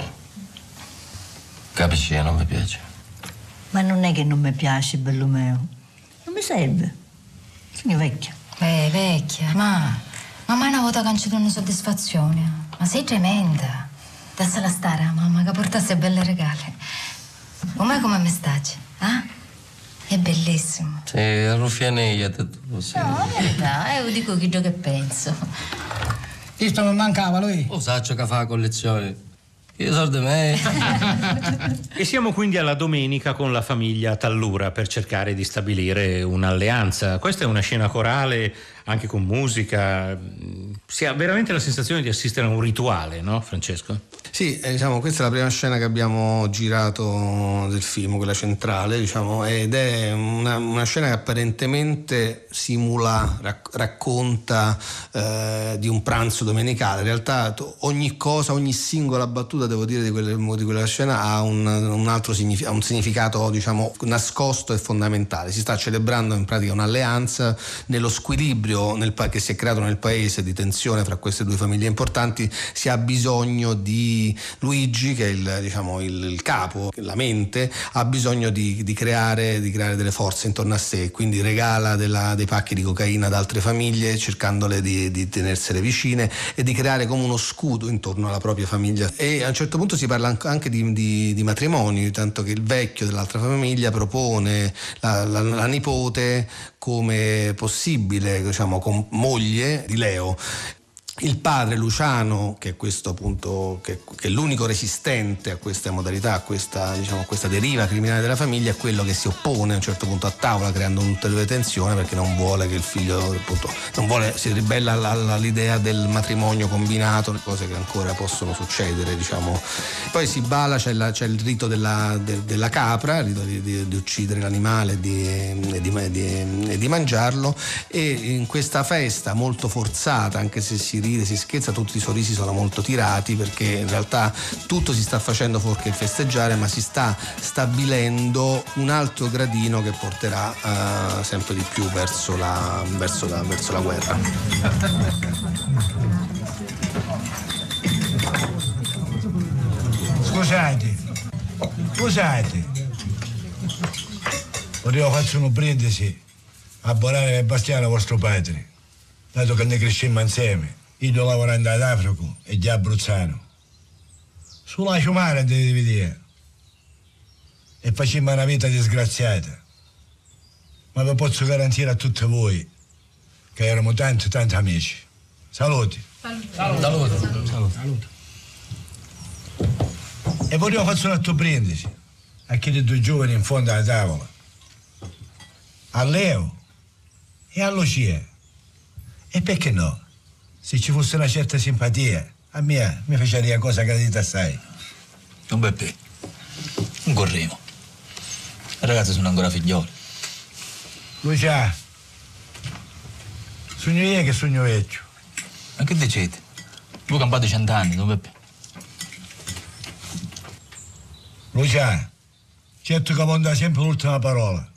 Speaker 5: Capisci, non mi piace.
Speaker 10: Ma non è che non mi piace, bello mio. Non mi serve. Sono vecchia.
Speaker 12: Eh, vecchia, ma... Ma mai una volta che non ci danno soddisfazione. Ma sei tremenda. Dassela stare a mamma che portasse belle regale. Come come mi stai? Eh? È bellissimo.
Speaker 5: Sì, ruffianeglia te tu, sì.
Speaker 12: No, la verità, io dico che che penso.
Speaker 13: Questo mi mancava lui.
Speaker 5: Lo saccio che fa la collezione. Io so di me.
Speaker 3: E siamo quindi alla domenica con la famiglia Tallura per cercare di stabilire un'alleanza. Questa è una scena corale, anche con musica. Si ha veramente la sensazione di assistere a un rituale, no, Francesco?
Speaker 4: Sì, eh, diciamo, questa è la prima scena che abbiamo girato del film, quella centrale, diciamo, ed è una, una scena che apparentemente simula, rac- racconta eh, di un pranzo domenicale. In realtà ogni cosa, ogni singola battuta, devo dire, di, quelle, di quella scena ha un, un altro significato, un significato, diciamo, nascosto e fondamentale. Si sta celebrando in pratica un'alleanza nello squilibrio nel, che si è creato nel paese, di tensione fra queste due famiglie importanti. Si ha bisogno di Luigi, che è il, diciamo, il, il capo, la mente, ha bisogno di, di, creare, di creare delle forze intorno a sé, quindi regala della, dei pacchi di cocaina ad altre famiglie, cercandole di, di tenersele vicine e di creare come uno scudo intorno alla propria famiglia. E a un certo punto si parla anche di, di, di matrimoni, tanto che il vecchio dell'altra famiglia propone la, la, la nipote come possibile, diciamo, con moglie di Leo. Il padre Luciano, che è questo appunto, che, che è l'unico resistente a questa modalità, a questa, diciamo, a questa deriva criminale della famiglia, è quello che si oppone a un certo punto a tavola, creando un'ulteriore tensione, perché non vuole che il figlio, appunto, non vuole, si ribella all'idea del matrimonio combinato, cose che ancora possono succedere, diciamo. Poi si balla, c'è, la, c'è il rito della, de, della capra, il rito di, di, di uccidere l'animale e di, e di, di, e di mangiarlo, e in questa festa molto forzata, anche se si si scherza, tutti i sorrisi sono molto tirati, perché in realtà tutto si sta facendo fuorché il festeggiare, ma si sta stabilendo un altro gradino che porterà uh, sempre di più verso la, verso la, verso la guerra.
Speaker 11: Scusate, scusate, volevo fare un brindisi a Bonare e Bastiano, vostro padre, dato che ne crescemmo insieme. Io lavorando ad Africa e già abruzzano. Sulla ciumara devi vedere. E facemmo una vita disgraziata. Ma vi posso garantire a tutti voi, che eravamo tanti, tanti amici. Saluti.
Speaker 13: Salute.
Speaker 11: Salute. Salute. Salute. E volevo fare un altro brindisi a quelli due giovani in fondo alla tavola. A Leo e a Lucia. E perché no? Se ci fosse una certa simpatia, a me mi faceria cosa gradita assai.
Speaker 14: Non Beppe, non corremo. I ragazzi sono ancora figlioli.
Speaker 11: Lucia, sogno io che sogno vecchio.
Speaker 14: Ma che dicete? Voi campate cent'anni, non Beppe?
Speaker 11: Lucia, certo che conta sempre l'ultima parola.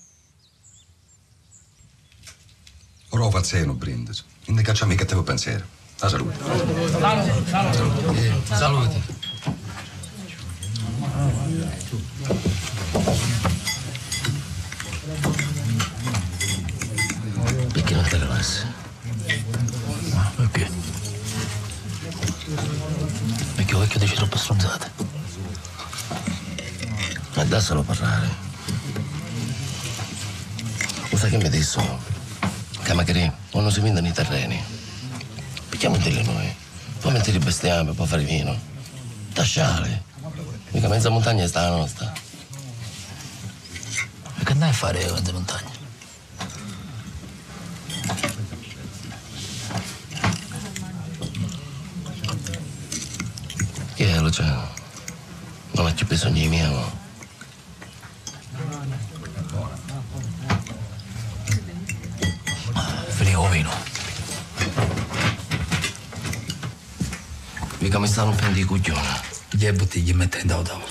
Speaker 15: Ora faccio un brindisi. Non ne caccia mica cattivo pensiero. La salute.
Speaker 13: Salute. Salute.
Speaker 5: Salute. Perché non te le lasci?
Speaker 14: Ma perché? Perché ho vecchio dice troppe stronzate.
Speaker 5: Ma dasselo parlare. Lo sai che mi dicono? Che magari non si vendono i terreni. Picchiamo delle noi. Poi mettere il bestiame, poi fare vino. Tasciare. Mica mezza montagna è sta la nostra.
Speaker 14: E che andai a fare io mezza montagna?
Speaker 5: Che è, Luciano? Non ha più bisogno di me, no?
Speaker 14: Finivo vino.
Speaker 5: Mica mi stanno rompendo i coglioni.
Speaker 14: Gli hai bottiglie e mette in tavola.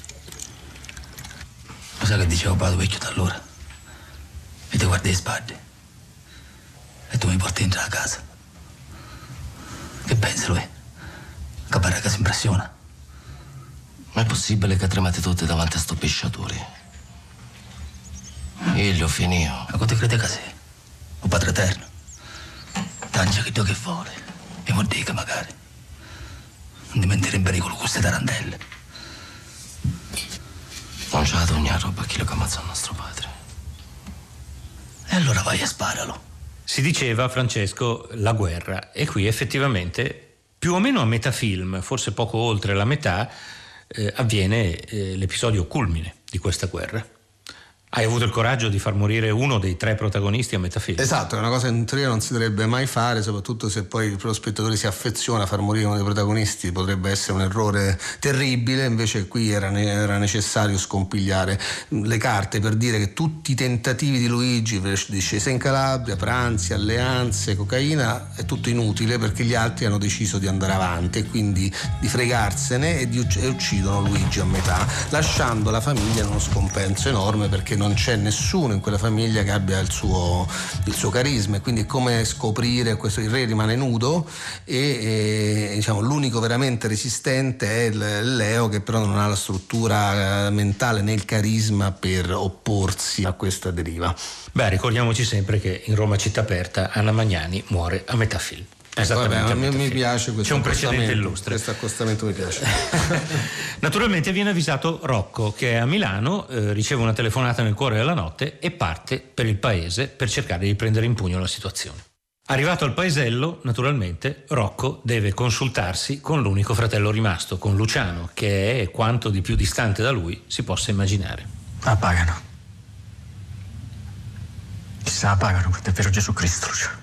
Speaker 14: Lo sai che dicevo padre vecchio da allora? E ti guardi le spalle. E tu mi porti dentro la casa. Che pensi lui? Che pare che si impressiona.
Speaker 5: Ma è possibile che tremate tutti davanti a sto pesciatore? Io li ho finito.
Speaker 14: Ma cosa crede che sei? Un padre eterno. Tangia che Dio che vuole. E vuol dire che magari non ti mettere in pericolo queste tarantelle.
Speaker 5: Non c'è la ogni roba a chi lo che ammazza il nostro padre.
Speaker 14: E allora vai e sparalo.
Speaker 3: Si diceva, Francesco, la guerra. E qui effettivamente, più o meno a metà film, forse poco oltre la metà, eh, avviene eh, l'episodio culmine di questa guerra. Hai avuto il coraggio di far morire uno dei tre protagonisti a metà film.
Speaker 4: Esatto, è una cosa che in teoria non si dovrebbe mai fare, soprattutto se poi lo spettatore si affeziona a far morire uno dei protagonisti, potrebbe essere un errore terribile. Invece qui era, ne- era necessario scompigliare le carte per dire che tutti i tentativi di Luigi per discesa in Calabria, pranzi, alleanze, cocaina, è tutto inutile perché gli altri hanno deciso di andare avanti e quindi di fregarsene e, di ucc- e uccidono Luigi a metà, lasciando la famiglia in uno scompenso enorme perché non c'è nessuno in quella famiglia che abbia il suo, il suo carisma, e quindi è come scoprire questo. Il re rimane nudo e, e diciamo l'unico veramente resistente è il Leo, che però non ha la struttura mentale né il carisma per opporsi a questa deriva.
Speaker 3: Beh, ricordiamoci sempre che in Roma città aperta Anna Magnani muore a metà film.
Speaker 4: Ecco, vabbè, a me mi piace questo.
Speaker 3: C'è un precedente illustre.
Speaker 4: Questo accostamento mi piace.
Speaker 3: Naturalmente viene avvisato Rocco, che è a Milano, eh, riceve una telefonata nel cuore della notte e parte per il paese per cercare di prendere in pugno la situazione. Arrivato al paesello, naturalmente, Rocco deve consultarsi con l'unico fratello rimasto, con Luciano, che è quanto di più distante da lui si possa immaginare.
Speaker 6: La pagano. Chissà, la pagano, perché è vero Gesù Cristo, Luciano.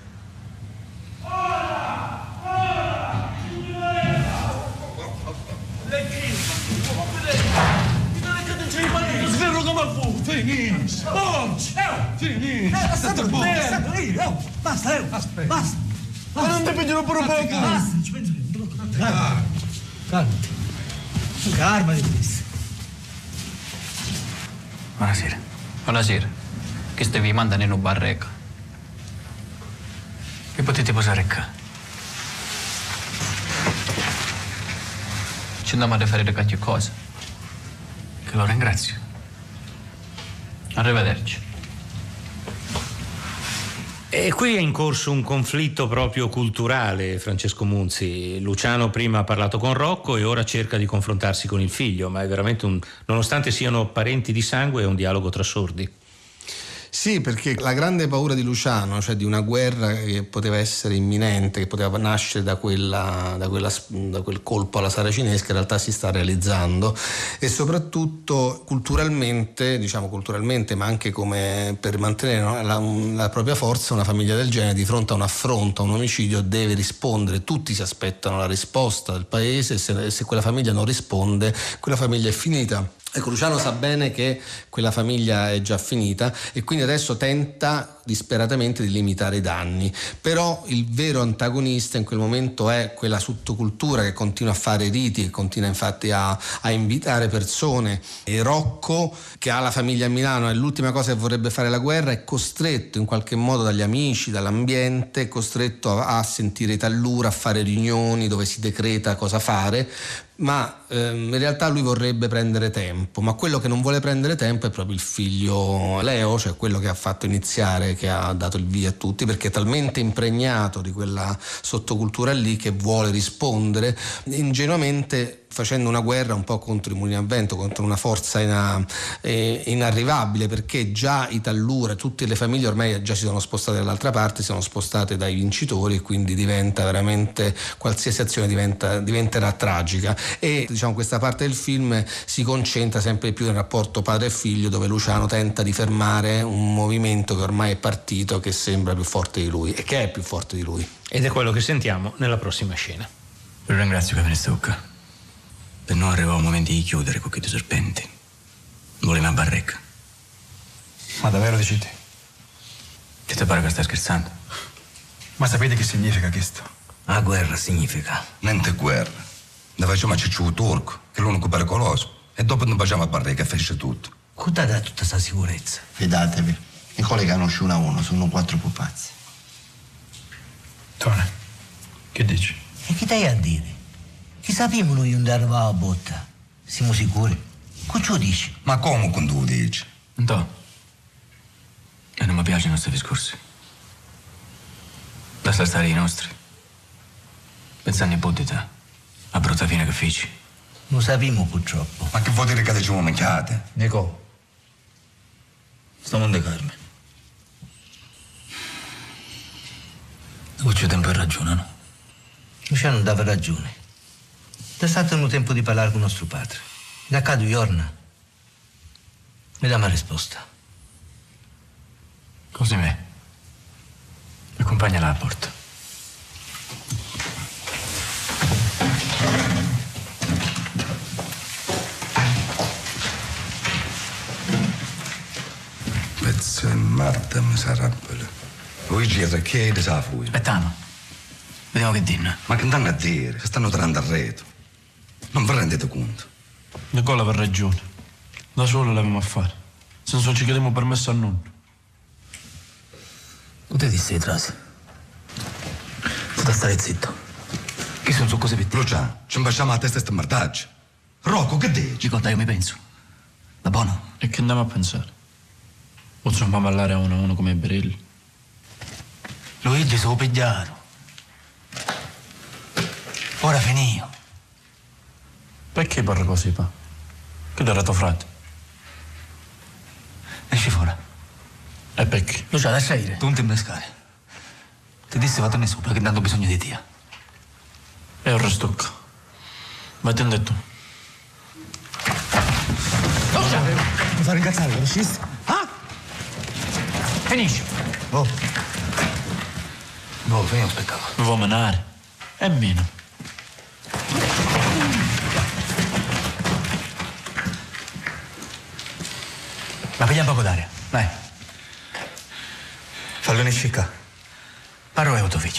Speaker 16: Svero come fu, finisce! Oh, finisce!
Speaker 17: È stato buono, è stato lì, oh, basta, eh,
Speaker 16: Aspetta.
Speaker 17: basta!
Speaker 16: Ma non ti piglio pure poco!
Speaker 17: Basta, ci penso io, calma, calma, calma di questo.
Speaker 6: Buonasera. Buonasera. Che stavi mandando in un barreca? Che potete posare qua? Ci andiamo a fare qualche cosa. Che lo ringrazio. Arrivederci.
Speaker 3: E qui è in corso un conflitto proprio culturale, Francesco Munzi. Luciano prima ha parlato con Rocco e ora cerca di confrontarsi con il figlio, ma è veramente un, nonostante siano parenti di sangue, è un dialogo tra sordi.
Speaker 4: Sì, perché la grande paura di Luciano, cioè di una guerra che poteva essere imminente, che poteva nascere da, quella, da, quella, da quel colpo alla saracinesca, in realtà si sta realizzando, e soprattutto culturalmente, diciamo culturalmente, ma anche come per mantenere, no, la, la propria forza, una famiglia del genere di fronte a un affronto, a un omicidio, deve rispondere. Tutti si aspettano la risposta del paese, e se, se quella famiglia non risponde, quella famiglia è finita. Ecco, Luciano sa bene che quella famiglia è già finita e quindi adesso tenta disperatamente di limitare i danni, però il vero antagonista in quel momento è quella sottocultura che continua a fare riti, che continua infatti a, a invitare persone, e Rocco, che ha la famiglia a Milano, è l'ultima cosa che vorrebbe fare la guerra, è costretto in qualche modo dagli amici, dall'ambiente, è costretto a, a sentire Tallura, a fare riunioni dove si decreta cosa fare, ma ehm, in realtà lui vorrebbe prendere tempo, ma quello che non vuole prendere tempo è proprio il figlio Leo, cioè quello che ha fatto iniziare, che ha dato il via a tutti, perché è talmente impregnato di quella sottocultura lì che vuole rispondere ingenuamente, facendo una guerra un po' contro i mulini a vento, contro una forza ina, eh, inarrivabile, perché già i Tallura, tutte le famiglie ormai già si sono spostate dall'altra parte, si sono spostate dai vincitori, e quindi diventa veramente, qualsiasi azione diventa, diventerà tragica. E diciamo questa parte del film si concentra sempre più nel rapporto padre e figlio, dove Luciano tenta di fermare un movimento che ormai è partito, che sembra più forte di lui e che è più forte di lui.
Speaker 3: Ed è quello che sentiamo nella prossima scena.
Speaker 6: Vi ringrazio che ve ne stocca. Per noi arrivava il momento di chiudere con questi serpenti. Volevamo a barrecca.
Speaker 9: Ma davvero dici te?
Speaker 6: Che ti pare che stai scherzando?
Speaker 9: Ma sapete che significa questo?
Speaker 14: La guerra significa?
Speaker 15: Niente guerra. Ne facciamo a cicciu turco, che è l'unico pericoloso. E dopo ne facciamo a barrica e finisce tutto.
Speaker 14: Cosa dà tutta questa sicurezza?
Speaker 18: Fidatevi, i colleghi conosce uno a uno, sono quattro pupazzi.
Speaker 9: Tone, che dici?
Speaker 14: E che dai a dire? Chi sappiamo noi dove arrivava la botta? Siamo sicuri? Cosa lo dici?
Speaker 15: Ma come quando lo dici?
Speaker 6: No. E non mi piacciono i nostri discorsi. Lascia stare i nostri. Pensando in te, a brutta fine che feci.
Speaker 14: Non sappiamo purtroppo.
Speaker 15: Ma che vuol dire che ti ci mangiate?
Speaker 14: Nico, stiamo in Carme.
Speaker 6: C'è tempo e ragione, no?
Speaker 14: Luciano dava ragione. È stato un tempo di parlare con nostro padre. Da caso giorno mi dà una risposta.
Speaker 6: Così me. Accompagnala alla porta.
Speaker 15: Pezzo di merda miserabile. Luigi è chiede sa fui.
Speaker 6: Aspettiamo. Vediamo che dinna.
Speaker 15: Ma che danno a dire? Se stanno tirando a reto. Non vi rendete conto?
Speaker 9: Nicola per ragione. Da solo l'abbiamo a fare. Se non ci chiediamo permesso a nonno.
Speaker 6: Cosa ti sei trasi? Sta stare zitto. Che sono su cose per te?
Speaker 15: Luciano, ci facciamo la testa e sta mardaccia. Rocco, che dici?
Speaker 6: Ricorda, io mi penso. Va buono?
Speaker 9: E che andiamo a pensare? Possiamo parlare a uno a uno come i Berilli.
Speaker 14: Luigi sono pigliato. Ora finio.
Speaker 9: Perché parla così, pa? Che era tuo frate?
Speaker 14: Esci fuori.
Speaker 9: E perché?
Speaker 6: Luciano, lascia ire. Tu non ti imbescare. Ti disse vattene sopra che tanto ho bisogno di te.
Speaker 9: E ora stocca. Ma ti ho detto?
Speaker 14: Luciano! Mi fa rincazzare, conosci? Ah?
Speaker 6: Finisci.
Speaker 14: Oh.
Speaker 6: No, fai lo spettacolo.
Speaker 9: Mi vuoi menare? E meno.
Speaker 6: Ma pigliamo un poco d'aria. Vai.
Speaker 14: Fallo in scicca.
Speaker 6: Parlo è tuo figlio.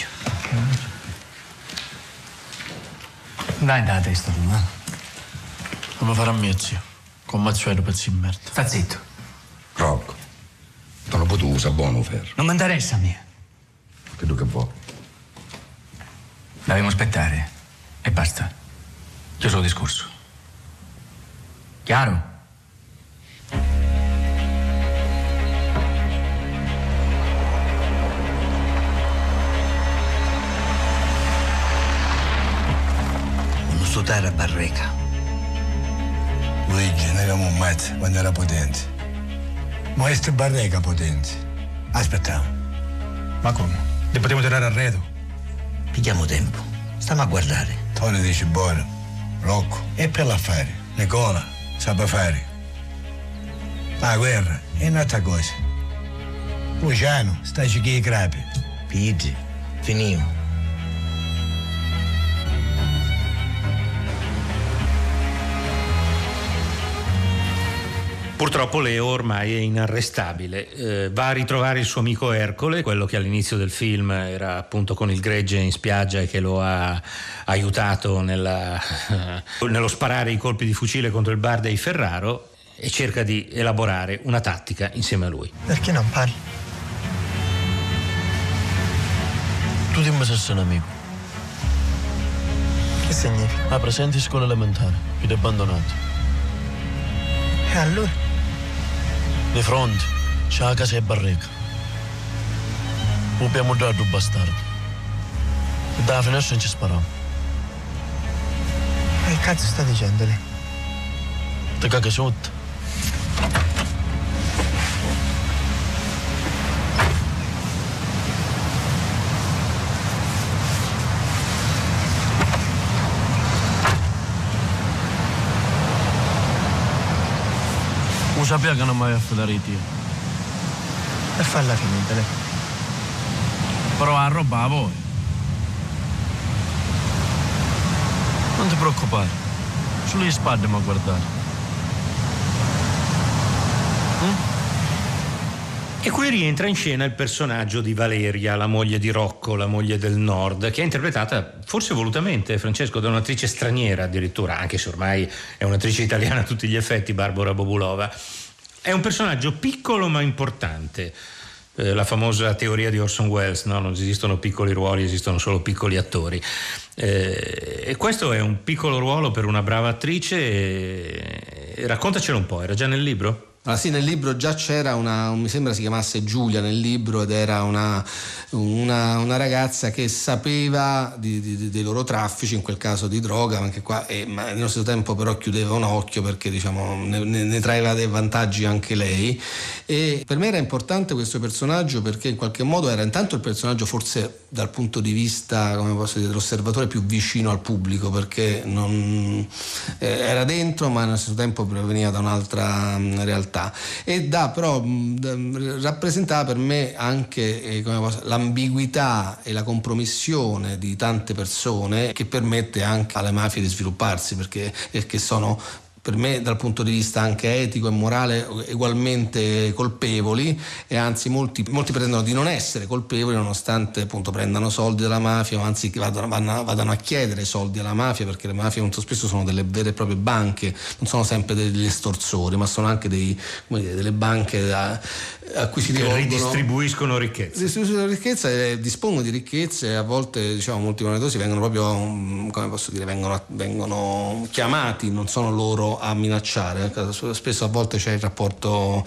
Speaker 6: Dai, dai, testa tu, eh.
Speaker 9: Come farà mio zio? Con Mazzuelo pezzi di merda.
Speaker 6: Sta zitto.
Speaker 15: Rocco, non lo potuto usare buono ferro.
Speaker 6: Non mi interessa a me.
Speaker 15: Che tu che vuoi?
Speaker 6: Dobbiamo aspettare. E basta. Chiuso il discorso. Chiaro?
Speaker 14: Non sto terra a barreca.
Speaker 11: Luigi, ne avevamo un mezzo quando era potente. Maestro Barreca Potenzi. Aspettiamo.
Speaker 17: Ma come? Li potremo tirare arredo?
Speaker 14: Pigliamo tempo. Stiamo a guardare.
Speaker 11: Tony dice buono. Rocco. E per l'affare. Nicola. Sa fare. La guerra è un'altra cosa. Luciano, stai che i crapi.
Speaker 14: Pigi. Finio.
Speaker 3: Purtroppo Leo ormai è inarrestabile, eh, va a ritrovare il suo amico Ercole, quello che all'inizio del film era appunto con il gregge in spiaggia e che lo ha aiutato nella, eh, nello sparare i colpi di fucile contro il bar dei Ferraro, e cerca di elaborare una tattica insieme a lui.
Speaker 8: Perché non parli?
Speaker 9: Tu dimmi se sei un amico.
Speaker 8: Che significa?
Speaker 9: Ah, presenti scuola elementare, che ti ho abbandonato.
Speaker 8: E allora?
Speaker 9: Di fronte c'è la casa e barreca. Non abbiamo dato un bastardo. E dalla finestra non ci spariamo.
Speaker 8: Ma che cazzo sta dicendo lei?
Speaker 9: Ti caghi sotto. Non sapeva che non mi aveva affidare di te.
Speaker 8: E falla finita, lei.
Speaker 9: Però la roba a voi. Non ti preoccupare. Sulle spalle mi a guardare.
Speaker 3: Mm? E qui rientra in scena il personaggio di Valeria, la moglie di Rocco, la moglie del Nord, che è interpretata forse volutamente, Francesco, da un'attrice straniera addirittura, anche se ormai è un'attrice italiana a tutti gli effetti, Barbara Bobulova. È un personaggio piccolo ma importante. Eh, la famosa teoria di Orson Welles, no? Non esistono piccoli ruoli, esistono solo piccoli attori. Eh, e questo è un piccolo ruolo per una brava attrice. E, e raccontacelo un po', era già nel libro?
Speaker 4: Ah, sì, nel libro già c'era una, mi sembra si chiamasse Giulia nel libro, ed era una, una, una ragazza che sapeva di, di, dei loro traffici, in quel caso di droga, anche qua, e, ma nello stesso tempo però chiudeva un occhio perché diciamo ne, ne traeva dei vantaggi anche lei. E per me era importante questo personaggio perché in qualche modo era intanto il personaggio forse dal punto di vista, come posso dire, dell'osservatore più vicino al pubblico, perché non, eh, era dentro ma nello stesso tempo proveniva da un'altra mh, realtà. E da però mh, rappresentava per me anche eh, come posso, l'ambiguità e la compromissione di tante persone, che permette anche alle mafie di svilupparsi, perché, perché sono per me dal punto di vista anche etico e morale ugualmente colpevoli, e anzi molti, molti pretendono di non essere colpevoli nonostante appunto prendano soldi dalla mafia, o anzi vadano, vadano, vadano a chiedere soldi alla mafia, perché le mafie molto spesso sono delle vere e proprie banche, non sono sempre degli estorsori, ma sono anche dei, come dire, delle banche da, a cui si
Speaker 3: che
Speaker 4: rivolgono,
Speaker 3: ridistribuiscono ricchezza
Speaker 4: ridistribuiscono ricchezza e dispongono di ricchezze, e a volte diciamo molti malavitosi vengono proprio, come posso dire, vengono, vengono chiamati, non sono loro a minacciare. Spesso a volte c'è il rapporto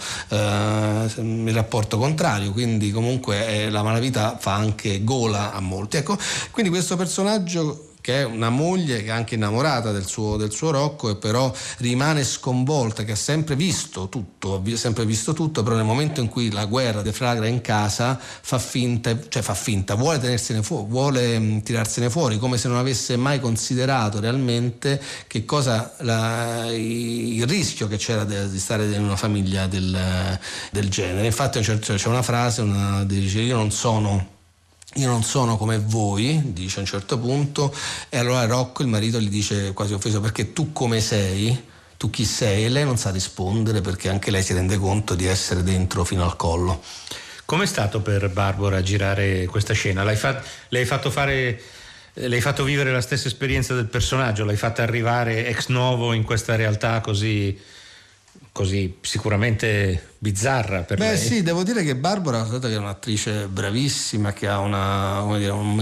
Speaker 4: eh, il rapporto contrario, quindi comunque eh, la malavita fa anche gola a molti, ecco. Quindi questo personaggio, che è una moglie che è anche innamorata del suo, del suo Rocco, e però rimane sconvolta, che ha sempre visto tutto, ha sempre visto tutto, però nel momento in cui la guerra deflagra in casa fa finta, cioè fa finta, vuole tenersene fuori, vuole mh, tirarsene fuori, come se non avesse mai considerato realmente che cosa la, il rischio che c'era de, di stare in una famiglia del, del genere. Infatti c'è una frase, una, dice: io non sono Io non sono come voi, dice a un certo punto, e allora Rocco, il marito, gli dice quasi offeso: perché tu come sei? Tu chi sei? E lei non sa rispondere, perché anche lei si rende conto di essere dentro fino al collo.
Speaker 3: Com'è stato per Barbara girare questa scena? L'hai, fa- l'hai fatto fare, l'hai fatto vivere la stessa esperienza del personaggio? L'hai fatta arrivare ex novo in questa realtà così, così sicuramente bizzarra per
Speaker 4: Beh
Speaker 3: lei?
Speaker 4: sì, devo dire che Barbara che è un'attrice bravissima, che ha una, come dire, un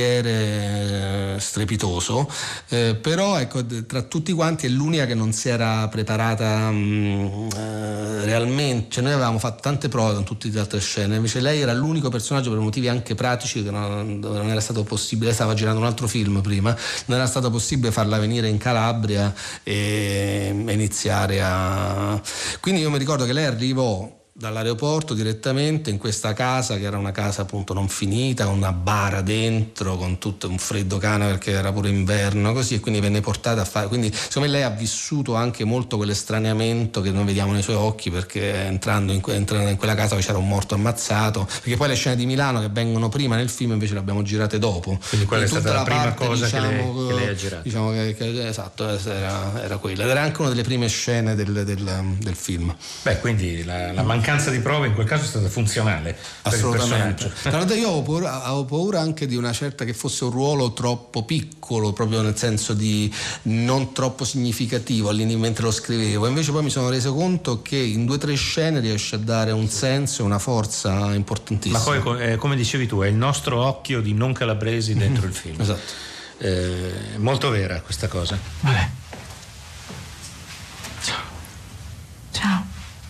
Speaker 4: mestiere strepitoso, eh, però ecco, tra tutti quanti è l'unica che non si era preparata mh, eh, realmente. Cioè, noi avevamo fatto tante prove con tutte le altre scene, invece lei era l'unico personaggio, per motivi anche pratici, che non, non era stato possibile. Lei stava girando un altro film prima, non era stato possibile farla venire in Calabria e, e iniziare a... Quindi io mi ricordo che lei arrivò dall'aeroporto direttamente in questa casa che era una casa appunto non finita, con una bara dentro, con tutto un freddo cane perché era pure inverno, così, e quindi venne portata a fare, quindi secondo me lei ha vissuto anche molto quell'estraneamento che noi vediamo nei suoi occhi, perché entrando in, entrando in quella casa c'era un morto ammazzato, perché poi le scene di Milano che vengono prima nel film invece le abbiamo girate dopo,
Speaker 3: quindi quella
Speaker 4: quindi
Speaker 3: è stata la, la prima
Speaker 4: parte,
Speaker 3: cosa
Speaker 4: diciamo,
Speaker 3: che, lei, che lei ha girato,
Speaker 4: diciamo che, che, esatto, era, era quella ed era anche una delle prime scene del, del, del film.
Speaker 3: Beh, quindi la, la mancanza di prove in quel caso è stata funzionale.
Speaker 4: Assolutamente. Tra l'altro io avevo paura, avevo paura anche di una certa che fosse un ruolo troppo piccolo, proprio nel senso di non troppo significativo all'inizio mentre lo scrivevo, invece poi mi sono reso conto che in due o tre scene riesce a dare un senso e una forza importantissima.
Speaker 3: Ma poi eh, come dicevi tu, è il nostro occhio di non calabresi dentro mm-hmm. il film.
Speaker 4: Esatto.
Speaker 3: Eh, molto vera questa cosa.
Speaker 6: Vale.
Speaker 12: Ciao. Ciao.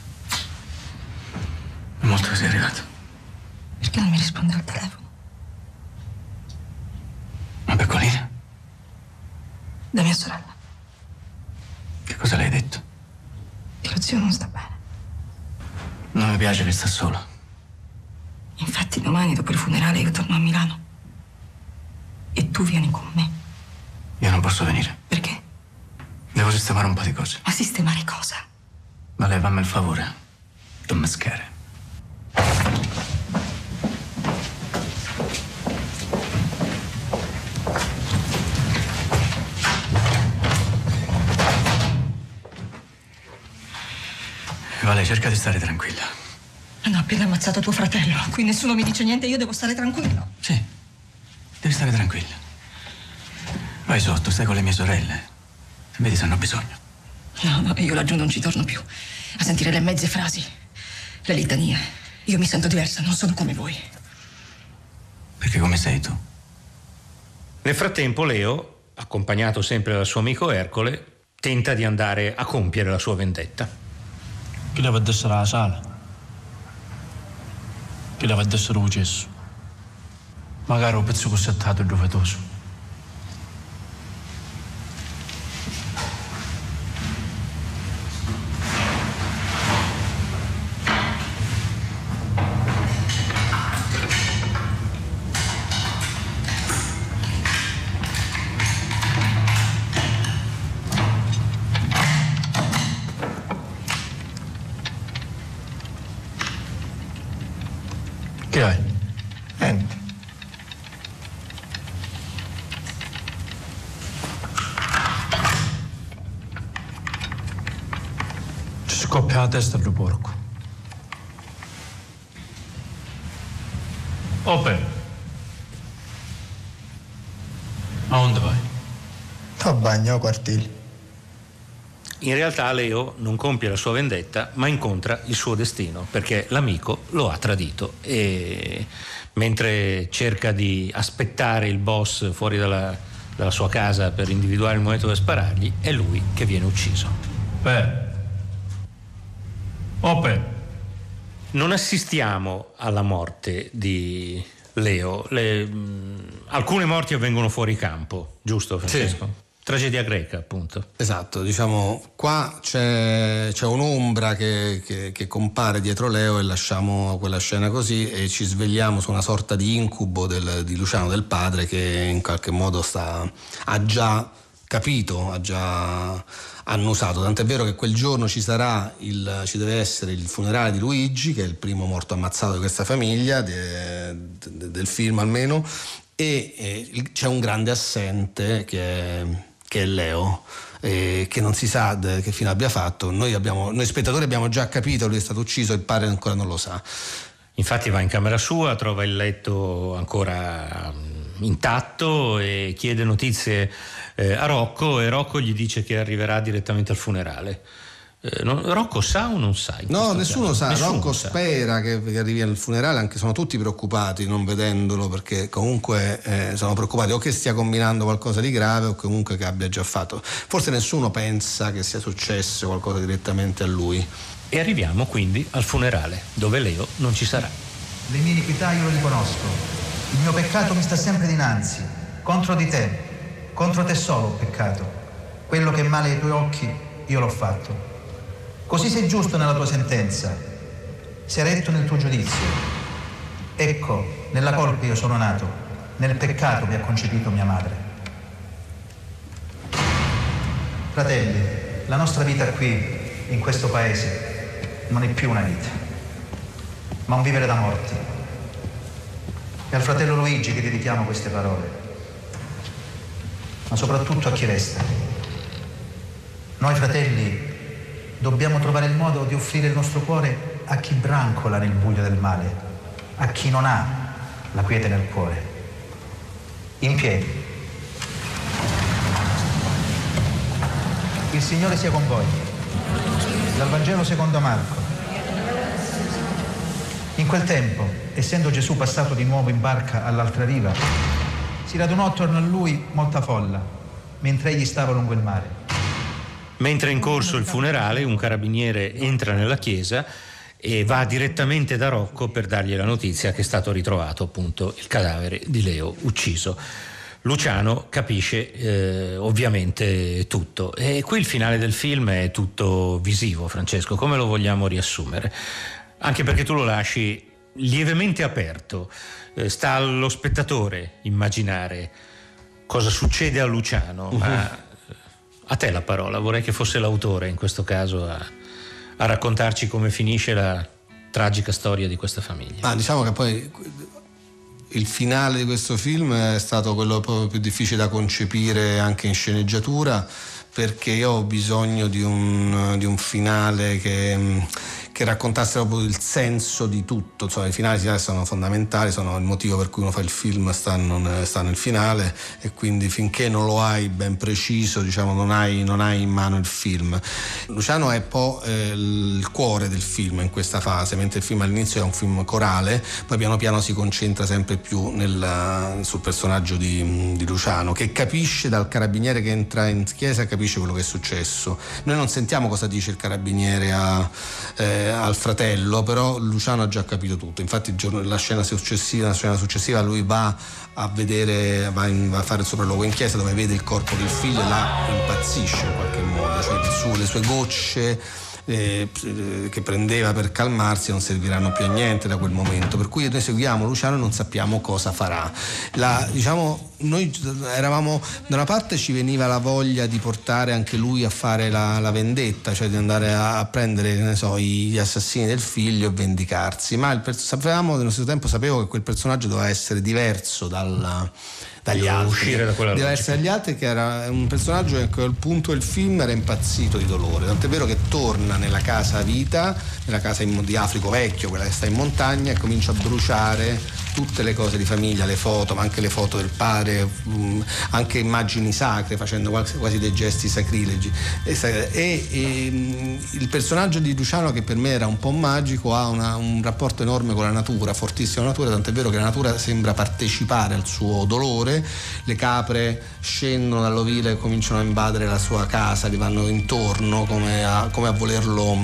Speaker 6: È molto che sei arrivato.
Speaker 12: Perché non mi risponde al telefono?
Speaker 6: Una piccolina?
Speaker 12: Da mia sorella.
Speaker 6: Che cosa le hai detto?
Speaker 12: Che lo zio non sta bene.
Speaker 6: Non mi piace che sta solo.
Speaker 12: Infatti domani dopo il funerale io torno a Milano. E tu vieni con me.
Speaker 6: Io non posso venire.
Speaker 12: Perché?
Speaker 6: Devo sistemare un po' di cose.
Speaker 12: Ma sistemare cosa?
Speaker 6: Ma lei fammi il favore. Non meschiare. Vale, cerca di stare tranquilla.
Speaker 12: Hanno appena ammazzato tuo fratello, qui nessuno mi dice niente, io devo stare tranquillo.
Speaker 6: Sì, devi stare tranquilla. Vai sotto, stai con le mie sorelle. Vedi se hanno bisogno.
Speaker 12: No, no, io laggiù non ci torno più. A sentire le mezze frasi, le litanie. Io mi sento diversa, non sono come voi.
Speaker 6: Perché come sei tu?
Speaker 3: Nel frattempo Leo, accompagnato sempre dal suo amico Ercole, tenta di andare a compiere la sua vendetta.
Speaker 9: Chi deve essere la sala? Chi deve essere un cesso? Magari un pezzo cossettato e dovetoso. Che hai?
Speaker 8: Niente.
Speaker 9: Ci scoppia la testa del porco. Open. A dove vai?
Speaker 8: Sto a bagno, quartiere.
Speaker 3: In realtà Leo non compie la sua vendetta, ma incontra il suo destino, perché l'amico lo ha tradito e mentre cerca di aspettare il boss fuori dalla, dalla sua casa per individuare il momento per sparargli, è lui che viene ucciso.
Speaker 9: Beh. Open.
Speaker 3: Non assistiamo alla morte di Leo. Le, mh, alcune morti avvengono fuori campo, giusto Francesco? Sì. Tragedia greca, appunto.
Speaker 4: Esatto, diciamo, qua c'è, c'è un'ombra che, che, che compare dietro Leo e lasciamo quella scena così e ci svegliamo su una sorta di incubo del, di Luciano del padre che in qualche modo sta, ha già capito, ha già annusato, tant'è vero che quel giorno ci sarà il, ci deve essere il funerale di Luigi, che è il primo morto ammazzato di questa famiglia, de, de, del film almeno, e, e c'è un grande assente che è che è Leo, eh, che non si sa de, che fine abbia fatto. Noi, abbiamo, noi spettatori abbiamo già capito, lui è stato ucciso, il padre ancora non lo sa.
Speaker 3: Infatti va in camera sua, trova il letto ancora intatto e chiede notizie eh, a Rocco e Rocco gli dice che arriverà direttamente al funerale. Eh, non, Rocco sa o non sa?
Speaker 4: No, nessuno
Speaker 3: caso?
Speaker 4: sa.
Speaker 3: Nessuno
Speaker 4: Rocco
Speaker 3: sa.
Speaker 4: spera che, che arrivi al funerale, anche sono tutti preoccupati non vedendolo, perché comunque eh, sono preoccupati o che stia combinando qualcosa di grave o comunque che abbia già fatto. Forse nessuno pensa che sia successo qualcosa direttamente a lui.
Speaker 3: E arriviamo quindi al funerale, dove Leo non ci sarà.
Speaker 19: Le mie iniquità io le riconosco. Il mio peccato mi sta sempre dinanzi. Contro di te. Contro te solo ho peccato. Quello che è male ai tuoi occhi, io l'ho fatto. Così sei giusto nella tua sentenza. sia retto nel tuo giudizio. Ecco, nella colpa io sono nato, nel peccato mi ha concepito mia madre. Fratelli, la nostra vita qui, in questo paese, non è più una vita, ma un vivere da morti. È al fratello Luigi che dedichiamo queste parole, ma soprattutto a chi resta. Noi fratelli dobbiamo trovare il modo di offrire il nostro cuore a chi brancola nel buio del male, a chi non ha la quiete nel cuore. In piedi. Il Signore sia con voi. Dal Vangelo secondo Marco. In quel tempo, essendo Gesù passato di nuovo in barca all'altra riva, si radunò attorno a lui molta folla, mentre egli stava lungo il mare.
Speaker 3: Mentre è in corso il funerale, un carabiniere entra nella chiesa e va direttamente da Rocco per dargli la notizia che è stato ritrovato appunto il cadavere di Leo ucciso. Luciano capisce eh, ovviamente tutto, e qui il finale del film è tutto visivo. Francesco, come lo vogliamo riassumere? Anche perché tu lo lasci lievemente aperto, eh, sta allo spettatore immaginare cosa succede a Luciano, uh-huh. ma a te la parola, vorrei che fosse l'autore in questo caso a, a raccontarci come finisce la tragica storia di questa famiglia.
Speaker 4: Ma diciamo che poi il finale di questo film è stato quello proprio più difficile da concepire anche in sceneggiatura, perché io ho bisogno di un, di un finale che, che raccontasse proprio il senso di tutto. Insomma, i finali sono fondamentali, sono il motivo per cui uno fa il film, stanno, stanno nel finale, e quindi finché non lo hai ben preciso, diciamo, non hai, non hai in mano il film. Luciano è poi eh, il cuore del film in questa fase, mentre il film all'inizio è un film corale, poi piano piano si concentra sempre più nel, sul personaggio di, di Luciano, che capisce dal carabiniere che entra in chiesa, capisce quello che è successo. Noi non sentiamo cosa dice il carabiniere a, eh, al fratello, però Luciano ha già capito tutto. Infatti il giorno, la scena successiva, la scena successiva lui va a vedere, va, in, va a fare il sopralluogo in chiesa, dove vede il corpo del figlio e là impazzisce in qualche modo, cioè il suo, le sue gocce Eh, che prendeva per calmarsi non serviranno più a niente da quel momento, per cui noi seguiamo Luciano e non sappiamo cosa farà. La, diciamo, noi eravamo, da una parte ci veniva la voglia di portare anche lui a fare la, la vendetta, cioè di andare a, a prendere, che ne so, gli assassini del figlio e vendicarsi, ma il, sapevamo, nello stesso tempo sapevo che quel personaggio doveva essere diverso dal dagli altri,
Speaker 3: uscire da quella logica.
Speaker 4: Diverso dagli altri, che era un personaggio che a quel punto del film era impazzito di dolore, tant'è vero che torna nella casa Vita, nella casa di Africo Vecchio, quella che sta in montagna, e comincia a bruciare tutte le cose di famiglia, le foto, ma anche le foto del padre, anche immagini sacre, facendo quasi, quasi dei gesti sacrilegi. E, e, e il personaggio di Luciano, che per me era un po' magico, ha una, un rapporto enorme con la natura, fortissima natura, tant'è vero che la natura sembra partecipare al suo dolore. Le capre scendono dall'ovile e cominciano a invadere la sua casa, gli vanno intorno come a, come a volerlo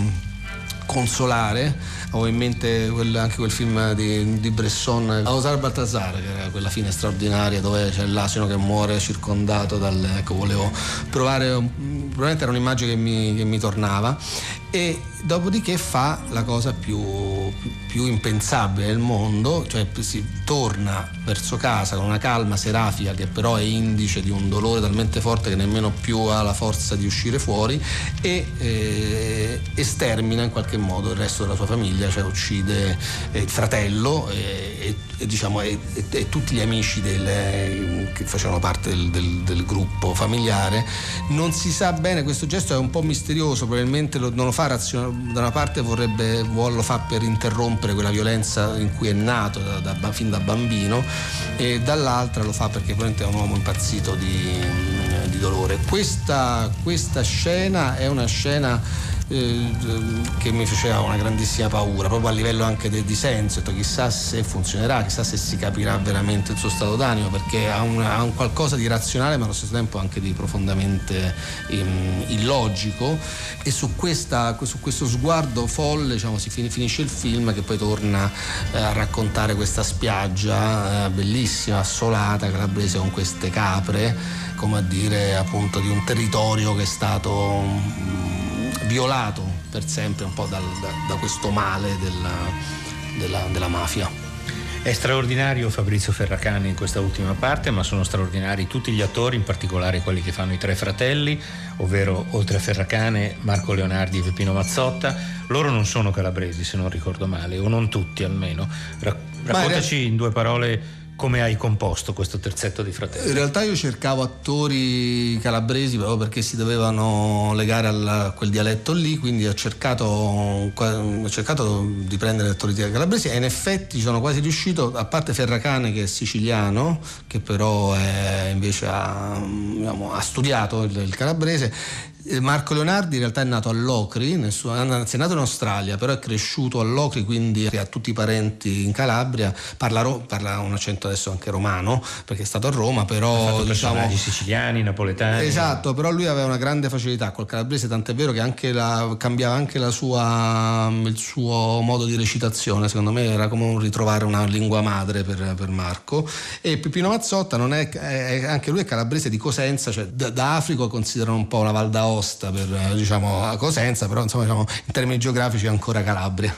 Speaker 4: consolare. Ho in mente quel, anche quel film di, di Bresson, Osar Baltasar, che era quella fine straordinaria dove c'è l'asino che muore circondato dal... Ecco, volevo provare, probabilmente era un'immagine che mi, che mi tornava, e dopodiché fa la cosa più, più, più impensabile del mondo, cioè si torna verso casa con una calma serafica che però è indice di un dolore talmente forte che nemmeno più ha la forza di uscire fuori, e eh, estermina in qualche modo il resto della sua famiglia, cioè uccide eh, il fratello e, e, diciamo, e, e, e tutti gli amici del, eh, che facevano parte del, del, del gruppo familiare. Non si sa bene, questo gesto è un po' misterioso, probabilmente lo, non lo fa razionale, da una parte vorrebbe lo fa per interrompere quella violenza in cui è nato da, da, fin da bambino, e dall'altra lo fa perché probabilmente è un uomo impazzito di, di dolore. Questa, questa scena è una scena che mi faceva una grandissima paura, proprio a livello anche di, di senso. Ho detto, chissà se funzionerà, chissà se si capirà veramente il suo stato d'animo, perché ha, una, ha un qualcosa di razionale ma allo stesso tempo anche di profondamente um, illogico, e su, questa, su questo sguardo folle, diciamo, si finisce il film, che poi torna eh, a raccontare questa spiaggia eh, bellissima, assolata, calabrese, con queste capre, come a dire appunto di un territorio che è stato um, violato per sempre un po' dal, da, da questo male della, della, della mafia.
Speaker 3: È straordinario Fabrizio Ferracani in questa ultima parte, ma sono straordinari tutti gli attori, in particolare quelli che fanno i tre fratelli, ovvero oltre a Ferracane, Marco Leonardi e Peppino Mazzotta. Loro non sono calabresi, se non ricordo male, o non tutti almeno. Ra- raccontaci in due parole come hai composto questo terzetto di fratelli.
Speaker 4: In realtà io cercavo attori calabresi proprio perché si dovevano legare a quel dialetto lì, quindi ho cercato, ho cercato di prendere attori calabresi e in effetti ci sono quasi riuscito, a parte Ferracane che è siciliano, che però è, invece ha, diciamo, ha studiato il, il calabrese. Marco Leonardi in realtà è nato a Locri, nel suo, è nato in Australia, però è cresciuto a Locri, quindi ha tutti i parenti in Calabria, parla, parla un accento adesso anche romano, perché è stato a Roma, però diciamo
Speaker 3: siciliani, napoletani.
Speaker 4: Esatto, però lui aveva una grande facilità col calabrese, tant'è vero che anche la, cambiava anche la sua, il suo modo di recitazione, secondo me era come un ritrovare una lingua madre per, per Marco. E Peppino Mazzotta non è, è, anche lui è calabrese di Cosenza, cioè da, da Africa considerano un po' la Val d'Aosta per, diciamo, a Cosenza, però insomma, diciamo, in termini geografici è ancora Calabria.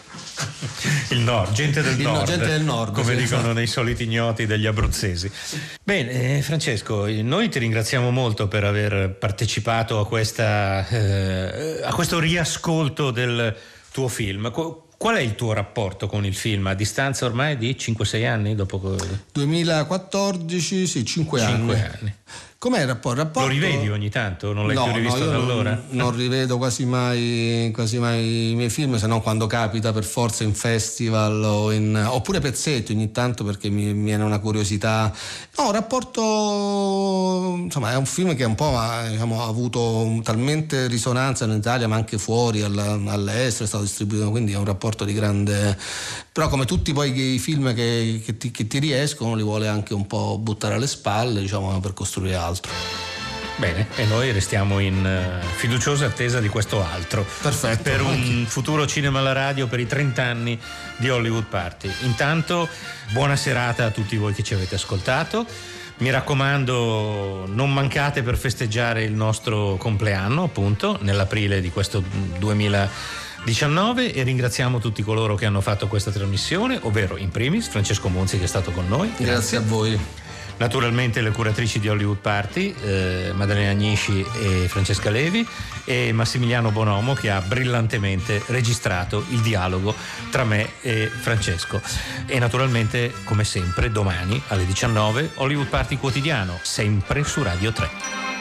Speaker 3: Il nord, gente del
Speaker 4: Il
Speaker 3: nord,
Speaker 4: gente del nord,
Speaker 3: come
Speaker 4: sì,
Speaker 3: dicono
Speaker 4: esatto.
Speaker 3: nei soliti ignoti degli abruzzesi. Bene, eh, Francesco, noi ti ringraziamo molto per aver partecipato a questa eh, a questo riascolto del tuo film. Qual è il tuo rapporto con il film a distanza ormai di cinque sei anni dopo?
Speaker 4: duemilaquattordici, sì, cinque anni.
Speaker 3: anni.
Speaker 4: Com'è il rapporto? il rapporto?
Speaker 3: Lo rivedi ogni tanto? Non l'hai
Speaker 4: no,
Speaker 3: più rivisto
Speaker 4: no,
Speaker 3: da
Speaker 4: non,
Speaker 3: allora?
Speaker 4: Non rivedo quasi mai, quasi mai i miei film, se non quando capita per forza in festival o in, oppure pezzetti ogni tanto perché mi, mi viene una curiosità. No, un rapporto, insomma, è un film che un po' ha, diciamo, ha avuto talmente risonanza in Italia ma anche fuori alla, all'estero, è stato distribuito, quindi è un rapporto di grande. Però come tutti poi i film che, che, ti, che ti riescono li vuole anche un po' buttare alle spalle, diciamo, per costruire altro.
Speaker 3: Bene, e noi restiamo in uh, fiduciosa attesa di questo altro.
Speaker 4: Perfetto.
Speaker 3: Per un futuro cinema alla radio per i trenta anni di Hollywood Party. Intanto, buona serata a tutti voi che ci avete ascoltato. Mi raccomando, non mancate per festeggiare il nostro compleanno, appunto, nell'aprile di questo duemiladiciannove, e ringraziamo tutti coloro che hanno fatto questa trasmissione, ovvero in primis Francesco Monzi che è stato con noi.
Speaker 4: Grazie, Grazie a voi.
Speaker 3: Naturalmente le curatrici di Hollywood Party, eh, Maddalena Agnisci e Francesca Levi, e Massimiliano Bonomo che ha brillantemente registrato il dialogo tra me e Francesco. E naturalmente, come sempre, domani alle diciannove Hollywood Party quotidiano, sempre su Radio tre.